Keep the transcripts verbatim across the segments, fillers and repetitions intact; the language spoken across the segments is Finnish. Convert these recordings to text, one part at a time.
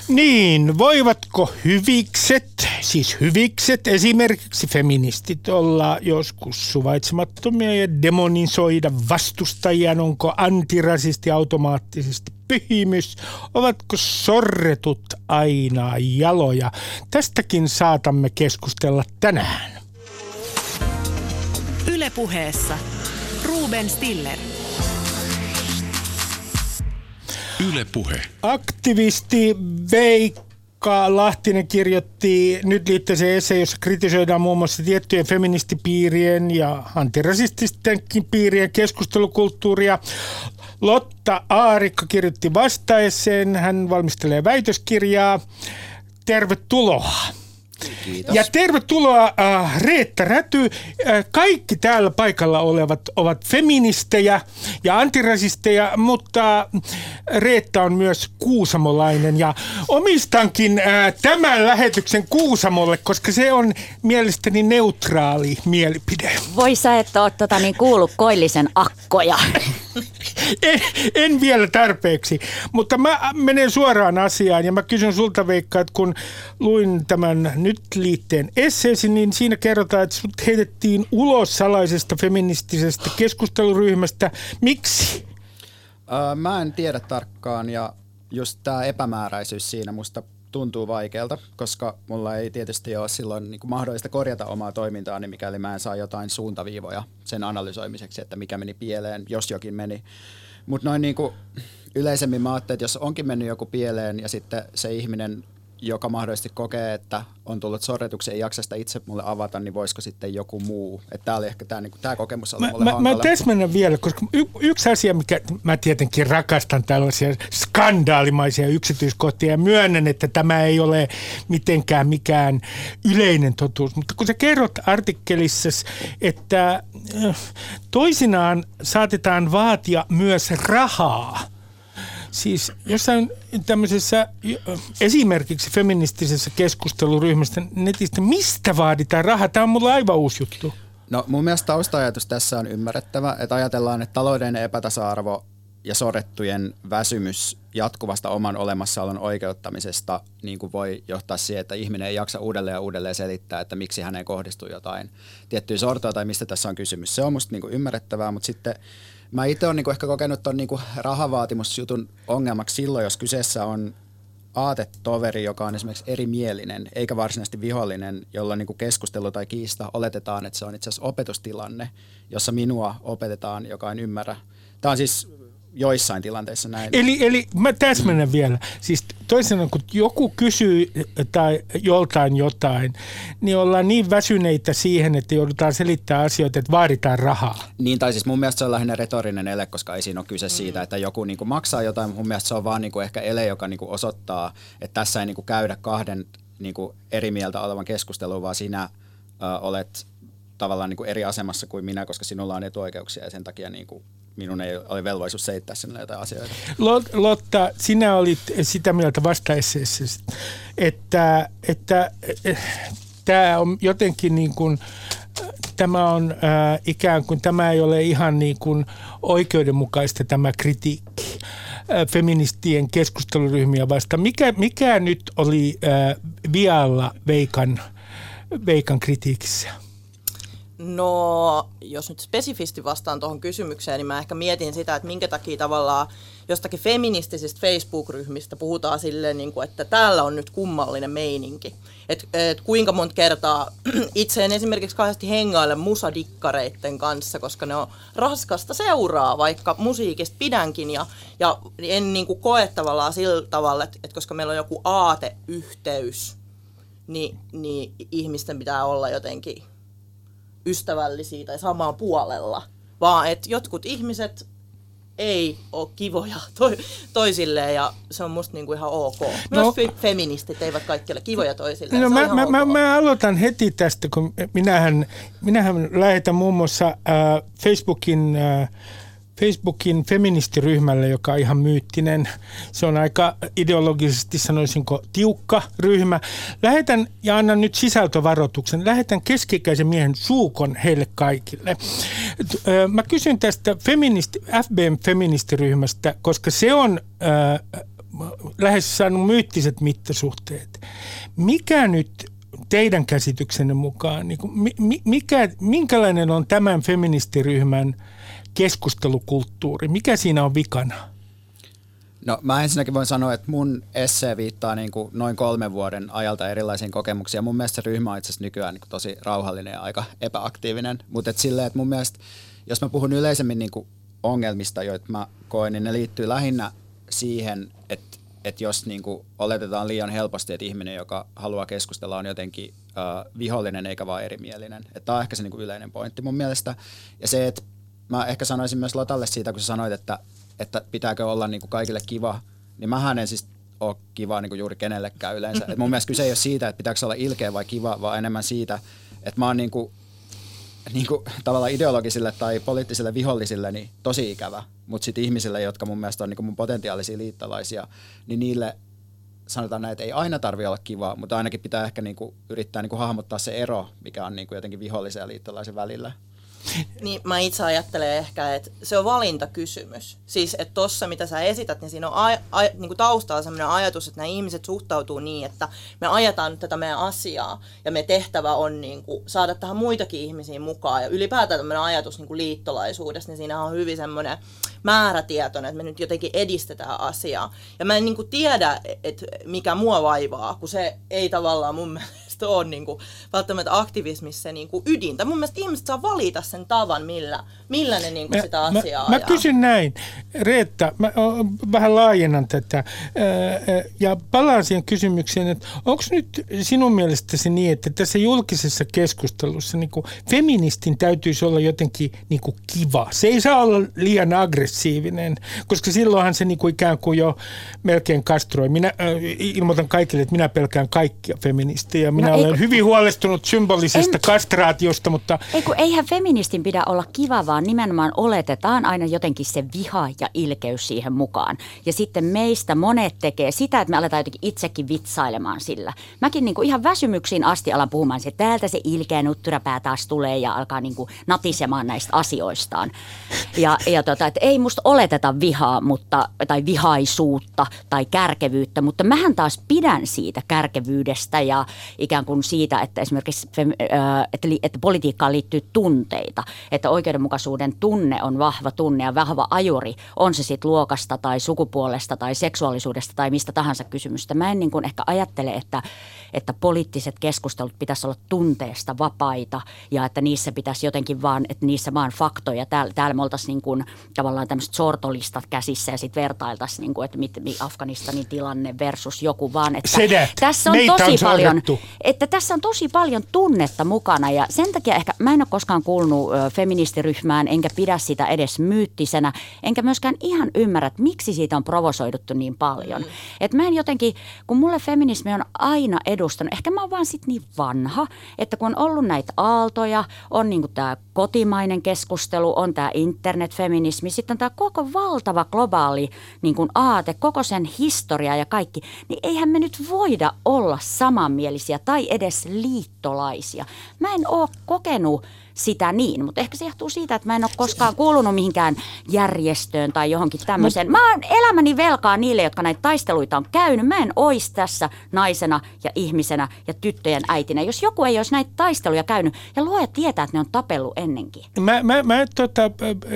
Niin, voivatko hyvikset, siis hyvikset, esimerkiksi feministit olla joskus suvaitsemattomia ja demonisoida vastustajiaan? Onko antirasisti automaattisesti pyhimys? Ovatko sorretut aina jaloja? Tästäkin saatamme keskustella tänään. Yle Puheessa Ruben Stiller. Yle Puhe. Aktivisti Veikka Lahtinen kirjoitti nyt liitteeseen esseen, jossa kritisoidaan muun muassa tiettyjen feministipiirien ja antirasististenkin piirien keskustelukulttuuria. Lotta Aarikko kirjoitti vastaesseen, hän valmistelee väitöskirjaa. Tervetuloa. Kiitos. Ja tervetuloa äh, Reetta Räty. Äh, kaikki täällä paikalla olevat ovat feministejä ja antirasisteja, mutta Reetta on myös kuusamolainen ja omistankin äh, tämän lähetyksen Kuusamolle, koska se on mielestäni neutraali mielipide. Voi sä et ole tota, niin kuullut Koillisen akkoja. En, en vielä tarpeeksi, mutta mä menen suoraan asiaan ja mä kysyn sulta Veikka, että kun luin tämän nyt liitteen esseesi, niin siinä kerrotaan, että sut heitettiin ulos salaisesta feministisestä keskusteluryhmästä. Miksi? Öö, mä en tiedä tarkkaan ja just tää epämääräisyys siinä musta tuntuu vaikealta, koska mulla ei tietysti ole silloin niin kuin mahdollista korjata omaa toimintaani, mikäli mä en saa jotain suuntaviivoja sen analysoimiseksi, että mikä meni pieleen, jos jokin meni. Mutta noin niin kuin yleisemmin mä ajattelin, että jos onkin mennyt joku pieleen ja sitten se ihminen, joka mahdollisesti kokee, että on tullut sorretuksi, ei jaksa sitä itse mulle avata, niin voisiko sitten joku muu? Että tää oli ehkä tää, niin tää kokemus oli mulle mä, hankala. Mä täsmennän vielä, koska y, yksi asia, mikä mä tietenkin rakastan tällaisia skandaalimaisia yksityiskohtia ja myönnän, että tämä ei ole mitenkään mikään yleinen totuus, mutta kun sä kerrot artikkelissasi, että toisinaan saatetaan vaatia myös rahaa. Siis jossain tämmöisessä esimerkiksi feministisessä keskusteluryhmässä netistä, mistä vaaditaan rahaa? Tämä on mulla aivan uusi juttu. No mun mielestä tausta-ajatus tässä on ymmärrettävä, että ajatellaan, että taloudellinen epätasa-arvo ja sorrettujen väsymys jatkuvasta oman olemassaolon oikeuttamisesta niin kuin voi johtaa siihen, että ihminen ei jaksa uudelleen ja uudelleen selittää, että miksi häneen kohdistuu jotain tiettyä sortoa tai mistä tässä on kysymys. Se on musta niin kuin ymmärrettävää, mutta sitten mä itse olen niinku ehkä kokenut tuon niinku rahavaatimusjutun ongelmaksi silloin, jos kyseessä on aatetoveri, joka on esimerkiksi erimielinen, eikä varsinaisesti vihollinen, jolla niinku keskustelu tai kiista oletetaan, että se on itse asiassa opetustilanne, jossa minua opetetaan, joka en ymmärrä. Tämä on siis joissain tilanteissa näin. Eli, eli mä täsmennän vielä. Siis toisena, kun joku kysyy tai joltain jotain, niin ollaan niin väsyneitä siihen, että joudutaan selittämään asioita, että vaaditaan rahaa. Niin, tai siis mun mielestä se on lähinnä retorinen ele, koska ei siinä ole kyse siitä, että joku niinku maksaa jotain. Mun mielestä se on vaan niinku ehkä ele, joka niinku osoittaa, että tässä ei niinku käydä kahden niinku eri mieltä olevan keskustelua, vaan sinä ö, olet tavallaan niinku eri asemassa kuin minä, koska sinulla on etuoikeuksia ja sen takia niinku minun ei ole velvollisuus selittää sinulle jotain asioita. Lotta, sinä olit sitä mieltä vastaesseessä, että, että, että tämä on jotenkin niin kuin, tämä on äh, ikään kuin, tämä ei ole ihan niin kuin oikeudenmukaista tämä kritiikki äh, feministien keskusteluryhmiä vastaan. Mikä, mikä nyt oli äh, vialla Veikan, Veikan kritiikissä? No, jos nyt spesifisti vastaan tuohon kysymykseen, niin mä ehkä mietin sitä, että minkä takia tavallaan jostakin feministisistä Facebook-ryhmistä puhutaan silleen, niin kuin, että täällä on nyt kummallinen meininki. Että et kuinka monta kertaa itse en esimerkiksi kauheasti hengaile musadikkareitten kanssa, koska ne on raskasta seuraa, vaikka musiikista pidänkin. Ja, ja en niin kuin koe tavallaan sillä tavalla, että, että koska meillä on joku aateyhteys, niin, niin ihmisten pitää olla jotenkin ystävällisiä tai samaa puolella, vaan että jotkut ihmiset ei ole kivoja to- toisilleen ja se on musta niinku ihan ok. Myös no, fe- feministit eivät kaikki ole kivoja toisilleen. No, mä, mä, mä, mä aloitan heti tästä, kun minähän, minähän lähetän muun muassa äh, Facebookin äh, Facebookin feministiryhmälle, joka on ihan myyttinen. Se on aika ideologisesti, sanoisinko, tiukka ryhmä. Lähetän, ja annan nyt sisältövaroituksen, lähetän keski-ikäisen miehen suukon heille kaikille. Mä kysyn tästä feministi, F B M-feministiryhmästä, koska se on äh, lähes saanut myyttiset mittasuhteet. Mikä nyt teidän käsityksenne mukaan, niin kuin, mikä, minkälainen on tämän feministiryhmän keskustelukulttuuri? Mikä siinä on vikana? No mä ensinnäkin voin sanoa, että mun essee viittaa niin kuin noin kolmen vuoden ajalta erilaisiin kokemuksiin. Mun mielestä se ryhmä on itse asiassa nykyään niin kuin tosi rauhallinen ja aika epäaktiivinen. Mutta silleen, että mun mielestä, jos mä puhun yleisemmin niin kuin ongelmista, joita mä koen, niin ne liittyy lähinnä siihen, että, että jos niin kuin oletetaan liian helposti, että ihminen, joka haluaa keskustella, on jotenkin äh, vihollinen eikä vaan erimielinen. Tämä on ehkä se niin kuin yleinen pointti mun mielestä. Ja se, että mä ehkä sanoisin myös Lotalle siitä, kun sä sanoit, että että pitääkö olla niin kuin kaikille kiva, niin mähän en siis ole kiva niin kuin juuri kenellekään yleensä. Et mun mielestä kyse ei ole siitä, että pitääkö olla ilkeä vai kiva, vaan enemmän siitä, että mä oon niin kuin, niin kuin tavallaan ideologisille tai poliittisille vihollisille niin tosi ikävä, mutta sitten ihmisille, jotka mun mielestä on niin kuin mun potentiaalisia liittolaisia, niin niille sanotaan näin, että ei aina tarvitse olla kiva, mutta ainakin pitää ehkä niin kuin yrittää niin kuin hahmottaa se ero, mikä on niin kuin jotenkin vihollisen ja liittolaisen välillä. Niin mä itse ajattelen ehkä, että se on valintakysymys. Siis, että tossa mitä sä esität, niin siinä on a, a, niin kuin taustalla sellainen ajatus, että nämä ihmiset suhtautuu niin, että me ajetaan nyt tätä meidän asiaa ja me tehtävä on niin kuin saada tähän muitakin ihmisiä mukaan. Ja ylipäätään tämmöinen ajatus niin kuin liittolaisuudessa, niin siinä on hyvin semmoinen määrätietoinen, että me nyt jotenkin edistetään asiaa. Ja mä en niin kuin tiedä, että mikä mua vaivaa, kun se ei tavallaan mun mielestä ole niin kuin välttämättä aktivismissa se niin kuin ydintä. Mun mielestä ihmiset saa valita sen tavan, millä, millä ne niin kuin sitä asiaa mä, ajaa. Mä kysyn näin, Reetta, mä vähän laajennan tätä ja palaan siihen kysymykseen, että onko nyt sinun mielestäsi niin, että tässä julkisessa keskustelussa niin kuin feministin täytyisi olla jotenkin niin kuin kiva. Se ei saa olla liian aggressiivinen, koska silloinhan se niin kuin ikään kuin jo melkein kastroi. Minä äh, ilmoitan kaikille, että minä pelkään kaikkia feministejä. Minä no, olen eikö, hyvin huolestunut symbolisesta en, kastraatiosta, mutta... Eiku, eihän feministin pidä olla kiva, vaan nimenomaan oletetaan aina jotenkin se viha ja ilkeys siihen mukaan. Ja sitten meistä monet tekee sitä, että me aletaan jotenkin itsekin vitsailemaan sillä. Mäkin niin kuin ihan väsymyksiin asti alan puhumaan, että täältä se ilkeä nuttyrapää taas tulee ja alkaa niin kuin natisemaan näistä asioistaan. Ja, ja tota, että ei musta oleteta vihaa mutta, tai vihaisuutta tai kärkevyyttä, mutta mähän taas pidän siitä kärkevyydestä ja ikään kuin siitä, että esimerkiksi että, että politiikkaan liittyy tunteita, että oikeudenmukaisuuden tunne on vahva tunne ja vahva ajuri, on se sitten luokasta tai sukupuolesta tai seksuaalisuudesta tai mistä tahansa kysymystä. Mä en niin kuin ehkä ajattele, että, että poliittiset keskustelut pitäisi olla tunteesta vapaita ja että niissä pitäisi jotenkin vaan, että niissä vaan faktoja. Täällä, täällä me oltaisiin niin kuin tavallaan tämmöiset sortolistat käsissä ja sitten vertailtaisiin, niin kuin, että mit, mit Afganistanin tilanne versus joku, vaan että Sedät. tässä on tosi on paljon, että tässä on tosi paljon tunnetta mukana ja sen takia ehkä mä en ole koskaan kuulunut ö, feministiryhmään enkä pidä sitä edes myyttisenä, enkä myöskään ihan ymmärrä, että miksi siitä on provosoiduttu niin paljon. Mm. Että mä en jotenkin, kun mulle feminismi on aina edustanut, ehkä mä oon vaan sit niin vanha, että kun on ollut näitä aaltoja, on niinku tää kotimainen keskustelu, on tää internetfeminismi, sitten on tää koko valtava globaali niin kuin aate, koko sen historia ja kaikki, niin eihän me nyt voida olla samanmielisiä tai edes liittolaisia. Mä en oo kokenut sitä niin, mutta ehkä se johtuu siitä, että mä en ole koskaan kuulunut mihinkään järjestöön tai johonkin tämmöiseen. Mä oon elämäni velkaa niille, jotka näitä taisteluita on käynyt. Mä en ois tässä naisena ja ihmisenä ja tyttöjen äitinä, jos joku ei olisi näitä taisteluja käynyt. Ja luoja tietää, että ne on tapellut ennenkin. Mä, mä, mä tota,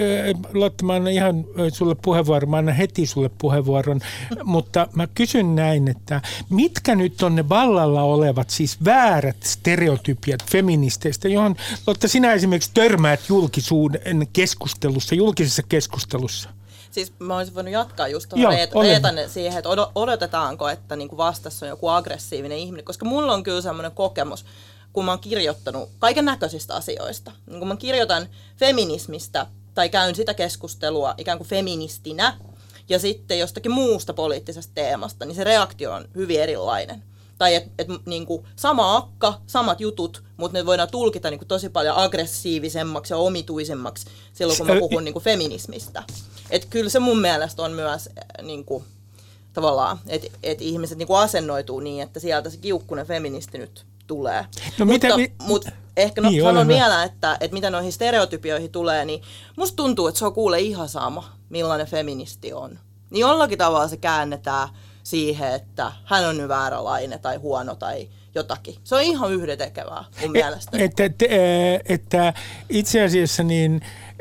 Lotta, mä annan ihan sulle puheenvuoron, mä annan heti sulle puheenvuoron, mutta mä kysyn näin, että mitkä nyt on ne vallalla olevat, siis väärät stereotypiat feministeistä, johon Lotta, sinä esimerkiksi törmäät julkisuuden keskustelussa, julkisessa keskustelussa? Siis mä olisin voinut jatkaa just tuohon Reetan siihen, että odotetaanko, että niinku vastassa on joku aggressiivinen ihminen, koska mulla on kyllä semmoinen kokemus, kun mä oon kirjoittanut kaiken näköisistä asioista. Niin kun mä kirjoitan feminismistä tai käyn sitä keskustelua ikään kuin feministinä ja sitten jostakin muusta poliittisesta teemasta, niin se reaktio on hyvin erilainen. Tai että et, niinku, sama akka, samat jutut, mutta ne voidaan tulkita niinku, tosi paljon aggressiivisemmaksi ja omituisemmaksi silloin, kun mä puhun niinku, feminismistä. Että kyllä se mun mielestä on myös niinku, tavallaan, että et ihmiset niinku, asennoituu niin, että sieltä se kiukkunen feministi nyt tulee. No, mutta mitä, mi- mut ehkä no, niin, sanon vielä, että, että mitä noihin stereotypioihin tulee, niin musta tuntuu, että se on kuule ihan sama, millainen feministi on. niin jollakin tavalla se käännetään siihen, että hän on nyt vääränlainen tai huono tai jotakin. Se on ihan yhdentekevää mun mielestäni. Että, että, että itse asiassa niin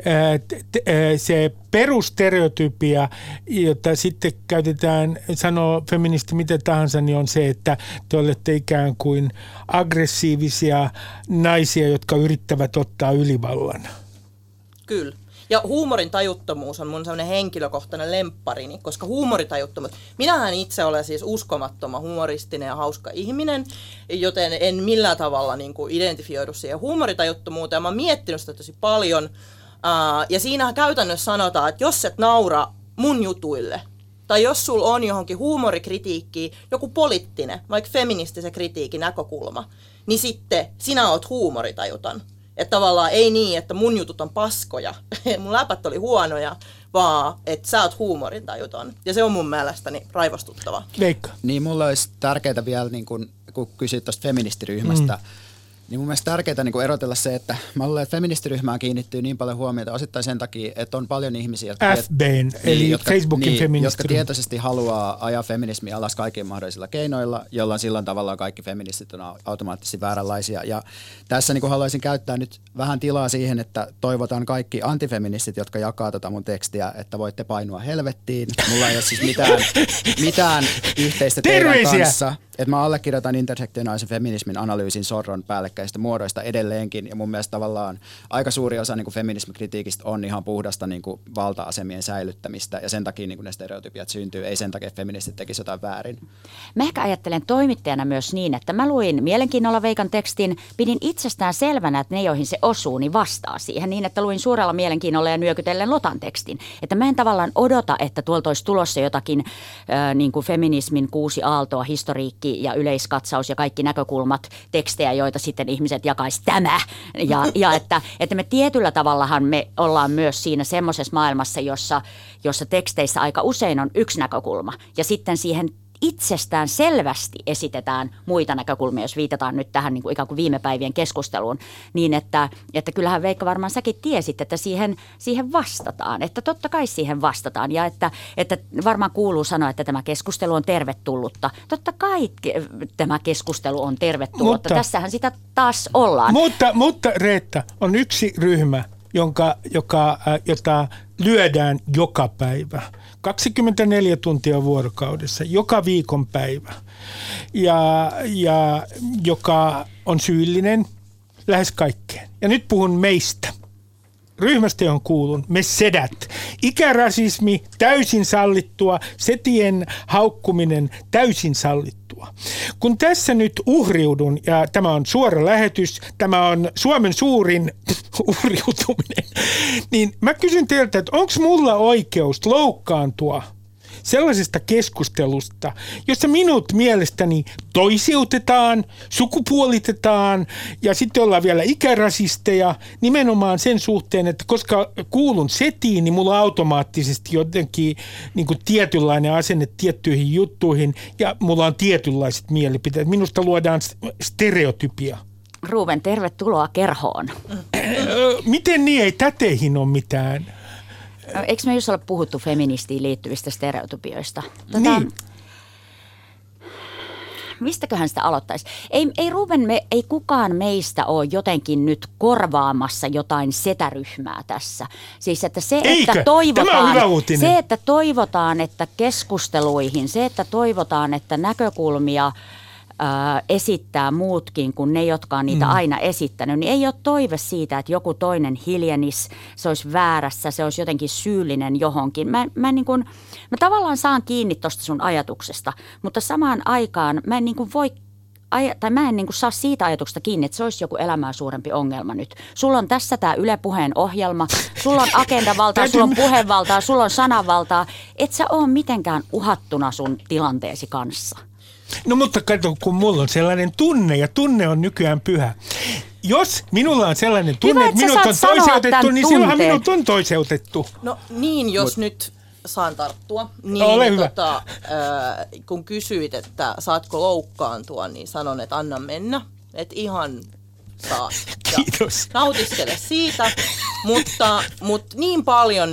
se perustereotypia, jota sitten käytetään, sanoo feministi mitä tahansa, niin on se, että te olette ikään kuin aggressiivisia naisia, jotka yrittävät ottaa ylivallan. Kyllä. Ja huumorin tajuttomuus on mun sellainen henkilökohtainen lempparini, koska huumoritajuttomuus, minähän itse olen siis uskomattoman humoristinen ja hauska ihminen, joten en millään tavalla niin kuin identifioidu siihen huumoritajuttomuuteen. Mä oon miettinyt sitä tosi paljon. Uh, ja siinähän käytännössä sanotaan, että jos et naura mun jutuille, tai jos sulla on johonkin huumorikritiikkiin joku poliittinen, vaikka feministisen kritiikin näkökulma, niin sitten sinä oot huumoritajuton. Että tavallaan ei niin, että mun jutut on paskoja, mun läpät oli huonoja, vaan että sä oot huumorintajuton. Ja se on mun mielestäni raivostuttava. Veikka. Niin mulla olisi tärkeää vielä, niin kun, kun kysyt tuosta feministiryhmästä, mm. niin mun mielestä tärkeää niin erotella se, että mä luulen, että feministiryhmään kiinnittyy niin paljon huomiota osittain sen takia, että on paljon ihmisiä, jotka, F B:n, niin, eli jotka, Facebookin niin, feministiryhmä, jotka tietoisesti haluaa ajaa feminismiä alas kaikilla mahdollisilla keinoilla, jolloin silloin tavallaan kaikki feministit on automaattisesti vääränlaisia. Ja tässä niin kuin haluaisin käyttää nyt vähän tilaa siihen, että toivotan kaikki antifeministit, jotka jakaa tota mun tekstiä, että voitte painua helvettiin. Mulla ei ole siis mitään, mitään yhteistä teidän kanssa. Että mä allekirjoitan intersektionaalisen feminismin analyysin sorron päällekkäisistä muodoista edelleenkin, ja mun mielestä tavallaan aika suuri osa niin kuin feminismikritiikistä on ihan puhdasta niin kuin valta-asemien säilyttämistä, ja sen takia niin kuin ne stereotypiat syntyy, ei sen takia, että feministit tekisivät jotain väärin. Mä ehkä ajattelen toimittajana myös niin, että mä luin mielenkiinnolla Veikan tekstin, pidin itsestään selvänä, että ne, joihin se osuu, niin vastaa siihen niin, että luin suurella mielenkiinnolla ja nyökytellen Lotan tekstin. Että mä en tavallaan odota, että tuolta olisi tulossa jotakin äh, niin kuin feminismin kuusi aaltoa, historiikki ja yleiskatsaus ja kaikki näkökulmat, tekstejä, joita sitten ihmiset jakaisi tämä. Ja, ja että, että me tietyllä tavallahan me ollaan myös siinä semmoisessa maailmassa, jossa, jossa teksteissä aika usein on yksi näkökulma. Ja sitten siihen itsestään selvästi esitetään muita näkökulmia, jos viitataan nyt tähän niin kuin ikään kuin viime päivien keskusteluun, niin että, että kyllähän Veikka varmaan säkin tiesit, että siihen, siihen vastataan, että totta kai siihen vastataan ja että, että varmaan kuuluu sanoa, että tämä keskustelu on tervetullutta. Totta kai tämä keskustelu on tervetullutta, mutta, tässähän sitä taas ollaan. Mutta, mutta Reetta, on yksi ryhmä, jonka, joka, jota lyödään joka päivä. kaksikymmentäneljä tuntia vuorokaudessa, joka viikon päivä, ja, ja joka on syyllinen lähes kaikkeen. Ja nyt puhun meistä. Ryhmästä, johon kuulun, me sedät. Ikärasismi täysin sallittua, setien haukkuminen täysin sallittua. Kun tässä nyt uhriudun, ja tämä on suora lähetys, tämä on Suomen suurin uhriutuminen, niin mä kysyn teiltä, että onko mulla oikeus loukkaantua sellaisesta keskustelusta, jossa minut mielestäni toisiutetaan, sukupuolitetaan ja sitten ollaan vielä ikärasisteja nimenomaan sen suhteen, että koska kuulun setiin, niin mulla on automaattisesti jotenkin niin kuin tietynlainen asenne tiettyihin juttuihin ja mulla on tietynlaiset mielipiteet. Minusta luodaan stereotypia. Ruben, tervetuloa kerhoon. Miten niin? Ei täteihin ole mitään. Eikö me just ole puhuttu feministiin liittyvistä stereotypioista? Tota, niin. Mistäköhän sitä aloittaisi? Ei, ei Ruben, me, ei kukaan meistä ole jotenkin nyt korvaamassa jotain setäryhmää tässä. Siis että se, Eikö? että toivotaan, Tämä on hyvä uutinen. se, että toivotaan, että keskusteluihin, se, että toivotaan, että näkökulmia esittää muutkin kuin ne, jotka on niitä mm. aina esittänyt, niin ei ole toive siitä, että joku toinen hiljenis, se olisi väärässä, se olisi jotenkin syyllinen johonkin. Mä, mä, niin kuin, mä tavallaan saan kiinni tuosta sun ajatuksesta, mutta samaan aikaan mä en niin kuin voi tai mä en niin kuin saa siitä ajatuksesta kiinni, että se olisi joku elämää suurempi ongelma nyt. Sulla on tässä tämä Yle Puheen ohjelma, sulla on agendavaltaa, sulla on puhevaltaa, sulla on sananvaltaa. Et sä ole mitenkään uhattuna sun tilanteesi kanssa. No mutta kato, kun mulla on sellainen tunne, ja tunne on nykyään pyhä. Jos minulla on sellainen tunne, Hyvä, että minut on toiseutettu, niin silloinhan minut on toiseutettu. No niin, jos Mut. nyt saan tarttua. Niin, Ole hyvä. Tota, äh, kun kysyit, että saatko loukkaantua, niin sanon, että anna mennä. Että ihan saat. Kiitos. Nautiskele siitä, mutta, mutta niin paljon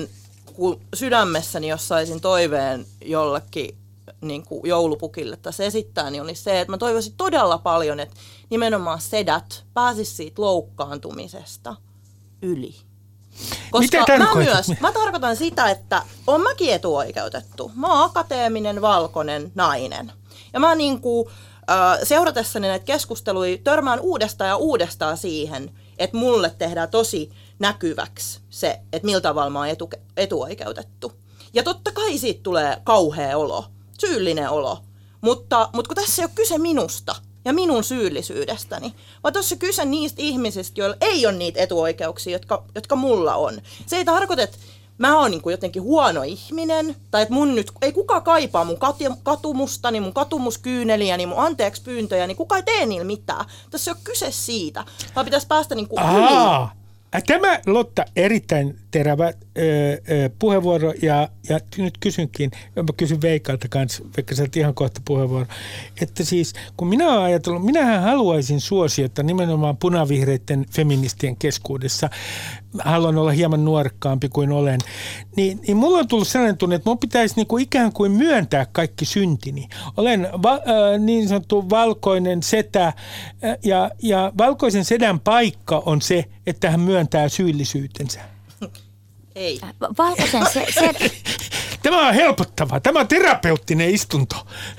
kun sydämessäni, jos saisin toiveen jollekin niin kuin joulupukille tässä esittää, niin olisi se, että mä toivoisin todella paljon, että nimenomaan sedät pääsisivät siitä loukkaantumisesta yli. Koska Mitä mä myös, mä tarkoitan sitä, että on mäkin etuoikeutettu. Mä oon akateeminen, valkoinen nainen. Ja mä niin kuin, äh, seuratessani näitä keskusteluja törmään uudestaan ja uudestaan siihen, että mulle tehdään tosi näkyväksi se, että millä tavalla mä oon etu, etuoikeutettu. Ja totta kai siitä tulee kauhea olo, syyllinen olo, mutta, mutta kun tässä ei ole kyse minusta ja minun syyllisyydestäni, vaan tässä on kyse niistä ihmisistä, joilla ei ole niitä etuoikeuksia, jotka, jotka mulla on. Se ei tarkoita, että mä oon niin kuin jotenkin huono ihminen, tai että mun nyt ei kukaan kaipaa mun katumustani, mun katumuskyyneliäni, mun anteeksi pyyntöjäni, kukaan ei tee niillä mitään. Tässä ei ole kyse siitä, vaan pitäisi päästä niin kuin yli. Tämä, Lotta, erittäin terävä ö, ö, puheenvuoro, ja, ja nyt kysynkin, mä kysyn Veikalta kanssa, vaikka sä oot ihan kohta puheenvuoro, että siis kun minä olen ajatellut, minähän haluaisin suosiota nimenomaan punavihreiden feministien keskuudessa, haluan olla hieman nuorekkaampi kuin olen, niin, niin mulla on tullut sellainen tunne, että mun pitäisi niinku ikään kuin myöntää kaikki syntini. Olen va, äh, niin sanottu valkoinen setä, äh, ja, ja valkoisen sedän paikka on se, että hän myöntää syyllisyytensä. Ei. Valkoisen se, se... Tämä on helpottavaa. Tämä on terapeuttinen istunto.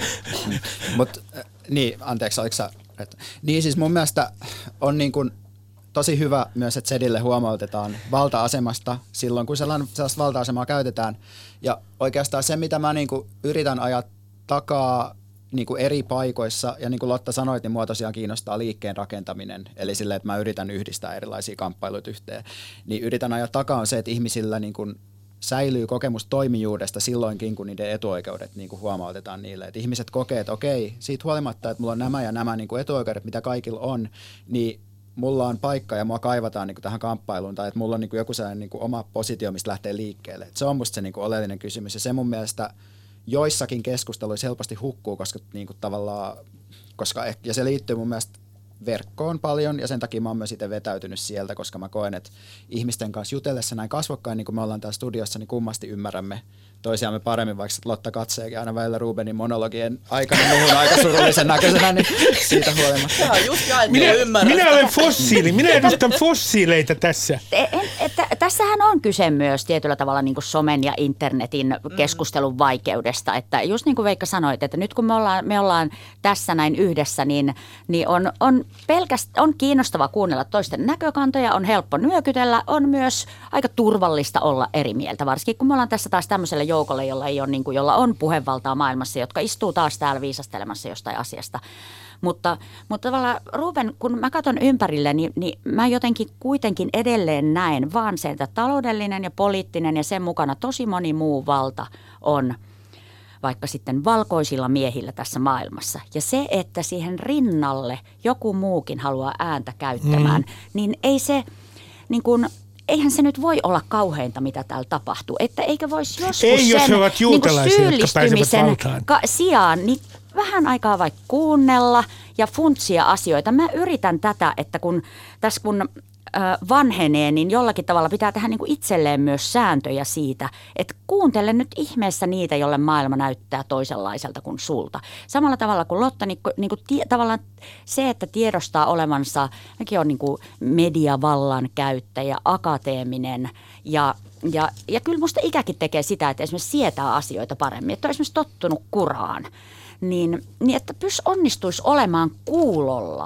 Mut, niin, anteeksi, oliko sä, että, niin siis mun mielestä on niin kuin tosi hyvä myös, että sedille huomautetaan valta-asemasta silloin, kun sellainen, sellaista valta-asemaa käytetään. Ja oikeastaan se, mitä mä niin kuin yritän ajaa takaa niin kuin eri paikoissa, ja niin kuin Lotta sanoit, niin mua tosiaan kiinnostaa liikkeen rakentaminen, eli silleen, että mä yritän yhdistää erilaisia kamppailuita yhteen, niin yritän ajaa takaa on se, että ihmisillä niin kuin säilyy kokemus toimijuudesta silloinkin, kun niiden etuoikeudet niin kuin huomautetaan niille. Että ihmiset kokee, että okei, siitä huolimatta, että mulla on nämä ja nämä niin kuin etuoikeudet, mitä kaikilla on, niin mulla on paikka ja mua kaivataan niin kuin tähän kamppailuun, tai että mulla on niin kuin joku sellainen niin kuin oma positio, mistä lähtee liikkeelle. Et se on musta se niin kuin oleellinen kysymys, ja se mun mielestä joissakin keskusteluissa helposti hukkuu, koska niin kuin tavallaan, koska, ja se liittyy mun mielestä verkkoon paljon, ja sen takia mä oon myös itse vetäytynyt sieltä, koska mä koen, että ihmisten kanssa jutellessa näin kasvokkain, niin kuin me ollaan täällä studiossa, niin kummasti ymmärrämme toisiamme paremmin, vaikka Lotta katseekin aina välillä Rubenin monologien aikana muhun aika surullisen näköisenä, niin siitä huolimatta. Se on just jaettu Minä, ymmärrys. minä olen fossiili, minä edustan fossiileita tässä. En, että, tässähän on kyse myös tietyllä tavalla niin kuin somen ja internetin keskustelun vaikeudesta, että just niin kuin Veikka sanoit, että nyt kun me ollaan, me ollaan tässä näin yhdessä, niin, niin on, on, pelkästään, on kiinnostava kuunnella toisten näkökantoja, on helppo nyökytellä, on myös aika turvallista olla eri mieltä, varsinkin kun me ollaan tässä taas tämmöisellä joukolle, jolla, ei ole, niin kuin, jolla on puhevaltaa maailmassa, jotka istuu taas täällä viisastelemassa jostain asiasta. Mutta, mutta tavallaan Ruben, kun mä katson ympärille, niin, niin mä jotenkin kuitenkin edelleen näen vaan se, että taloudellinen ja poliittinen ja sen mukana tosi moni muu valta on vaikka sitten valkoisilla miehillä tässä maailmassa. Ja se, että siihen rinnalle joku muukin haluaa ääntä käyttämään, mm. niin ei se niin kuin eihän se nyt voi olla kauheinta, mitä täällä tapahtuu. Että eikä voisi joskus ei, jos sen ovat juutalaisia, niin syyllistymisen ka- sijaan niin vähän aikaa vaikka kuunnella ja funtsia asioita. Mä yritän tätä, että kun tässä kun vanhenee, niin jollakin tavalla pitää tehdä niin kuin itselleen myös sääntöjä siitä, että kuuntele nyt ihmeessä niitä, jolle maailma näyttää toisenlaiselta kuin sulta. Samalla tavalla kuin Lotta, niin kuin, niin kuin tie, tavallaan se, että tiedostaa olevansa, mäkin on niin kuin mediavallan käyttäjä, akateeminen ja Ja, ja kyllä musta ikäkin tekee sitä, että esimerkiksi sietää asioita paremmin, että on esimerkiksi tottunut kuraan, niin, niin että pys onnistuisi olemaan kuulolla.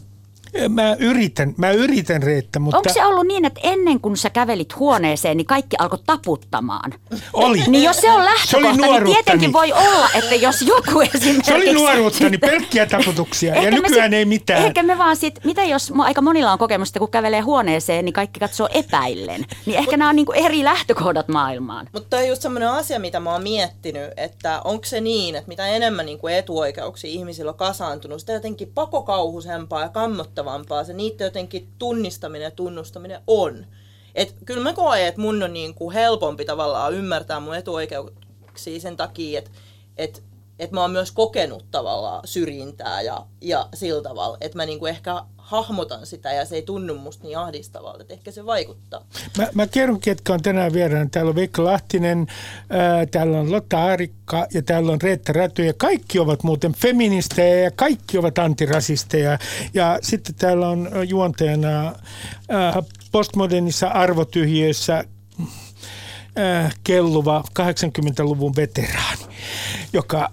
Mä yritän, mä yritän Reetta, mutta onko se ollut niin, että ennen kuin sä kävelit huoneeseen, niin kaikki alkoi taputtamaan? Oli. Niin jos se on lähtökohta, se niin tietenkin voi olla, että jos joku esimerkiksi se oli nuoruuttani, pelkkiä taputuksia ja nykyään sit, ei mitään. Ehkä me vaan sit, mitä jos aika monilla on kokemusta, kun kävelee huoneeseen, niin kaikki katsoo epäillen. Niin ehkä nämä on niinku eri lähtökohdat maailmaan. Mutta toi on just semmoinen asia, mitä mä oon miettinyt, että onko se niin, että mitä enemmän niinku etuoikeuksia ihmisillä on kasaantunut, sitä jotenkin pakokauhusempaa ja kammottavampaa se niiden jotenkin tunnistaminen ja tunnustaminen on. Et kyllä mä koen, että mun on niinku helpompi tavallaan ymmärtää mun etuoikeuksia sen takia, että et, et mä oon myös kokenut tavallaan syrjintää ja, ja sillä tavalla, että mä niinku ehkä hahmotan sitä ja se ei tunnu musta niin ahdistavalta, että ehkä se vaikuttaa. Mä, mä kerron, ketkä on tänään vieraana. Täällä on Veikka Lahtinen, ää, täällä on Lotta Aarikka ja täällä on Reetta Räty ja kaikki ovat muuten feministejä ja kaikki ovat antirasisteja. Ja sitten täällä on juonteena ää, postmodernissa arvotyhjiössä ää, kelluva kahdeksankymmentäluvun veteraani, joka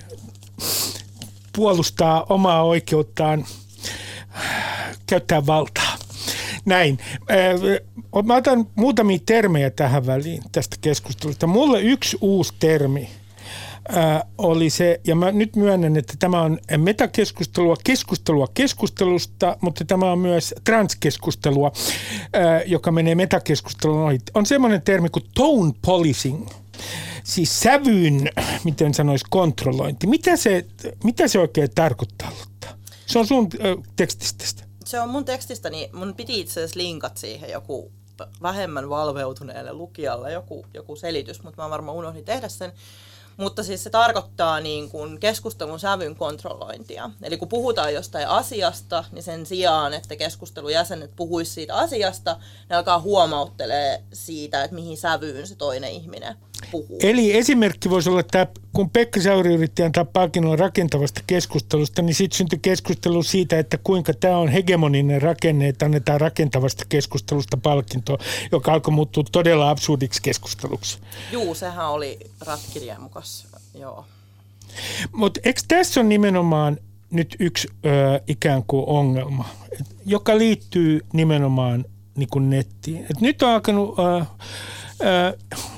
puolustaa omaa oikeuttaan käyttää valtaa. Näin. Mä otan muutamia termejä tähän väliin tästä keskustelusta. Mulle yksi uusi termi oli se, ja mä nyt myönnän, että tämä on metakeskustelua, keskustelua keskustelusta, mutta tämä on myös transkeskustelua, joka menee metakeskustelun ohi. On semmoinen termi kuin tone policing. Siis sävyn, miten sanoisi, kontrollointi. Mitä se, mitä se oikein tarkoittaa, Lotta? Se on sun ö, tekstistä. Se on mun tekstistä, niin mun piti itse asiassa linkat siihen joku vähemmän valveutuneelle lukijalle joku, joku selitys, mutta mä varmaan unohdin tehdä sen. Mutta siis se tarkoittaa niin kuin keskustelun sävyn kontrollointia. Eli kun puhutaan jostain asiasta, niin sen sijaan, että keskustelun jäsenet puhuisivat siitä asiasta, ne alkaa huomauttelee siitä, että mihin sävyyn se toinen ihminen puhuu. Eli esimerkki voisi olla tämä, kun Pekka Sauri yritti antaa palkinnon rakentavasta keskustelusta, niin sitten syntyi keskustelu siitä, että kuinka tämä on hegemoninen rakenne, että annetaan rakentavasta keskustelusta palkintoa, joka alkoi muuttua todella absurdiksi keskusteluksi. Juu, sehän oli ratkirjan mukaan. Joo. Mutta eikö tässä on nimenomaan nyt yksi ö, ikään kuin ongelma, et, joka liittyy nimenomaan niin kuin nettiin. Et nyt on alkanut ö, ö,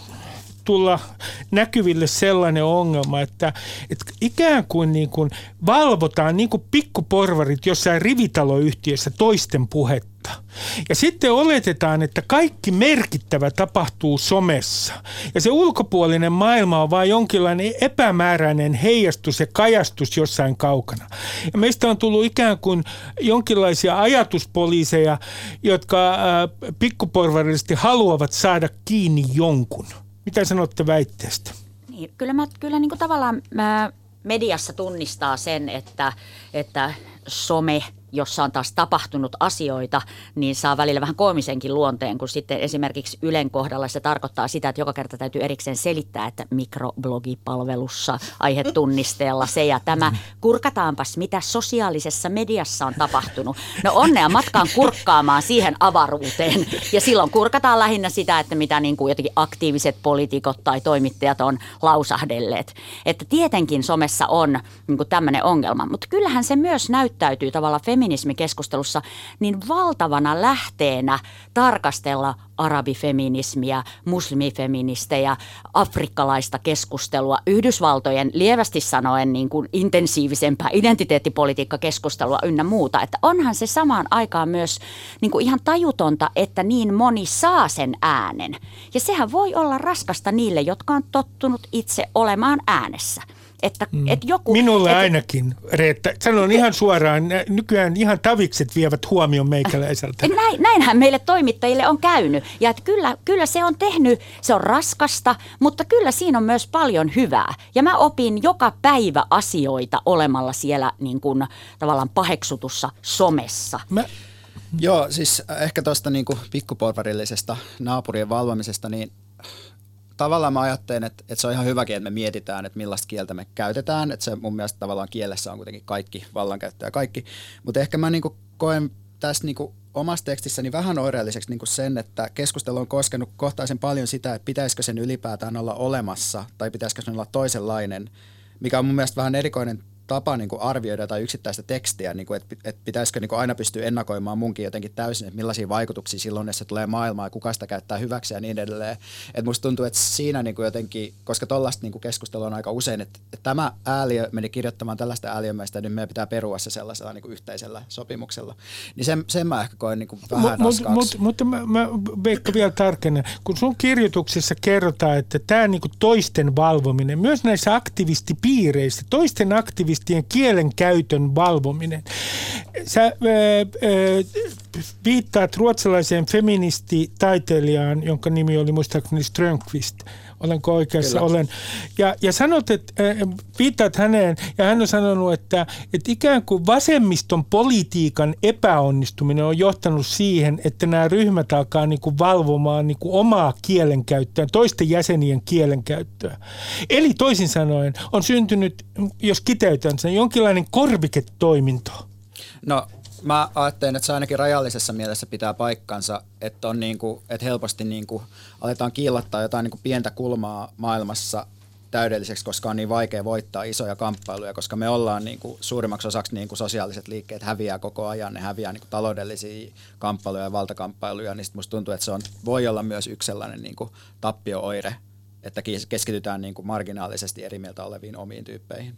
tulla näkyville sellainen ongelma, että, että ikään kuin, niin kuin valvotaan niin kuin pikkuporvarit jossain rivitaloyhtiössä toisten puhetta. Ja sitten oletetaan, että kaikki merkittävä tapahtuu somessa. Ja se ulkopuolinen maailma on vain jonkinlainen epämääräinen heijastus ja kajastus jossain kaukana. Ja meistä on tullut ikään kuin jonkinlaisia ajatuspoliiseja, jotka äh, pikkuporvarillisesti haluavat saada kiinni jonkun. Mitä sanotte väitteestä? Niin, kyllä mä, kyllä niin kuin tavallaan mä mediassa tunnistaa sen, että, että some, jossa on taas tapahtunut asioita, niin saa välillä vähän koomisenkin luonteen, kun sitten esimerkiksi Ylen kohdalla se tarkoittaa sitä, että joka kerta täytyy erikseen selittää, että mikroblogipalvelussa aihetunnisteella se ja tämä. Kurkataanpas, mitä sosiaalisessa mediassa on tapahtunut. No onnea matkaan kurkkaamaan siihen avaruuteen. Ja silloin kurkataan lähinnä sitä, että mitä niin kuin jotenkin aktiiviset poliitikot tai toimittajat on lausahdelleet. Että tietenkin somessa on niin kuin tämmöinen ongelma, mutta kyllähän se myös näyttäytyy tavallaan feminismikeskustelussa niin valtavana lähteenä tarkastella arabifeminismiä, muslimifeministejä, afrikkalaista keskustelua, Yhdysvaltojen lievästi sanoen niin kuin intensiivisempää identiteettipolitiikkakeskustelua ynnä muuta. Että onhan se samaan aikaan myös niin kuin ihan tajutonta, että niin moni saa sen äänen. Ja sehän voi olla raskasta niille, jotka on tottunut itse olemaan äänessä. Että, mm. et joku, Minulle et, ainakin, Reetta. Sanon ihan suoraan, nykyään ihan tavikset vievät huomion meikäläiseltä. Näin, näinhän meille toimittajille on käynyt. Ja että kyllä, kyllä se on tehnyt, se on raskasta, mutta kyllä siinä on myös paljon hyvää. Ja mä opin joka päivä asioita olemalla siellä niin kuin, tavallaan paheksutussa somessa. Mä... Joo, siis ehkä tuosta niin kuin pikkuporvarillisesta naapurien valvomisesta, niin tavallaan mä ajattelen, että, että se on ihan hyväkin, että me mietitään, että millaista kieltä me käytetään. Että se mun mielestä tavallaan kielessä on kuitenkin kaikki, vallankäyttö ja kaikki. Mutta ehkä mä niinku koen tässä niinku omassa tekstissäni vähän oireelliseksi niinku sen, että keskustelu on koskenut kohtaisen paljon sitä, että pitäisikö sen ylipäätään olla olemassa tai pitäisikö sen olla toisenlainen, mikä on mun mielestä vähän erikoinen tapa niin kuin arvioida jotain yksittäistä tekstiä, niin kuin, että, että pitäisikö niin kuin aina pystyä ennakoimaan munkin jotenkin täysin, että millaisia vaikutuksia silloin, jos se tulee maailmaan ja kuka sitä käyttää hyväksi ja niin edelleen. Että musta tuntuu, että siinä niin kuin jotenkin, koska tollaista niin kuin keskustelua on aika usein, että, että tämä ääliö meni kirjoittamaan tällaista ääliömäistä, niin meidän pitää perua se sellaisella niin kuin yhteisellä sopimuksella. Niin sen, sen mä ehkä koen niin kuin vähän mut, raskaaksi. Mutta mut, mä, mä Veikka vielä tarkennan, kun sun kirjoituksessa kerrotaan, että tämä niin kuin toisten valvominen, myös näissä aktivistipiireissä, toisten aktiivisten kielenkäytön valvominen. Sä ää, ää, viittaat ruotsalaiseen feministitaiteilijaan, jonka nimi oli muistaakseni Strömqvist. Olenko oikeassa? Kyllä. Olen. Ja, ja sanot, että äh, viittaat häneen, ja hän on sanonut, että, että ikään kuin vasemmiston politiikan epäonnistuminen on johtanut siihen, että nämä ryhmät alkaa niin kuin valvomaan niin kuin omaa kielenkäyttöä, toisten jäsenien kielenkäyttöä. Eli toisin sanoen on syntynyt, jos kiteytän sen, jonkinlainen korviketoiminto. No mä ajattelen, että se ainakin rajallisessa mielessä pitää paikkansa, että, on niin kuin, että helposti niin kuin aletaan kiillattaa jotain niin kuin pientä kulmaa maailmassa täydelliseksi, koska on niin vaikea voittaa isoja kamppailuja, koska me ollaan niin kuin suurimmaksi osaksi niin kuin sosiaaliset liikkeet häviää koko ajan, ne häviää niin kuin taloudellisia kamppailuja ja valtakamppailuja, niin sitten musta tuntuu, että se on, voi olla myös yksi sellainen niin kuin tappio-oire, että keskitytään niin kuin marginaalisesti eri mieltä oleviin omiin tyyppeihin.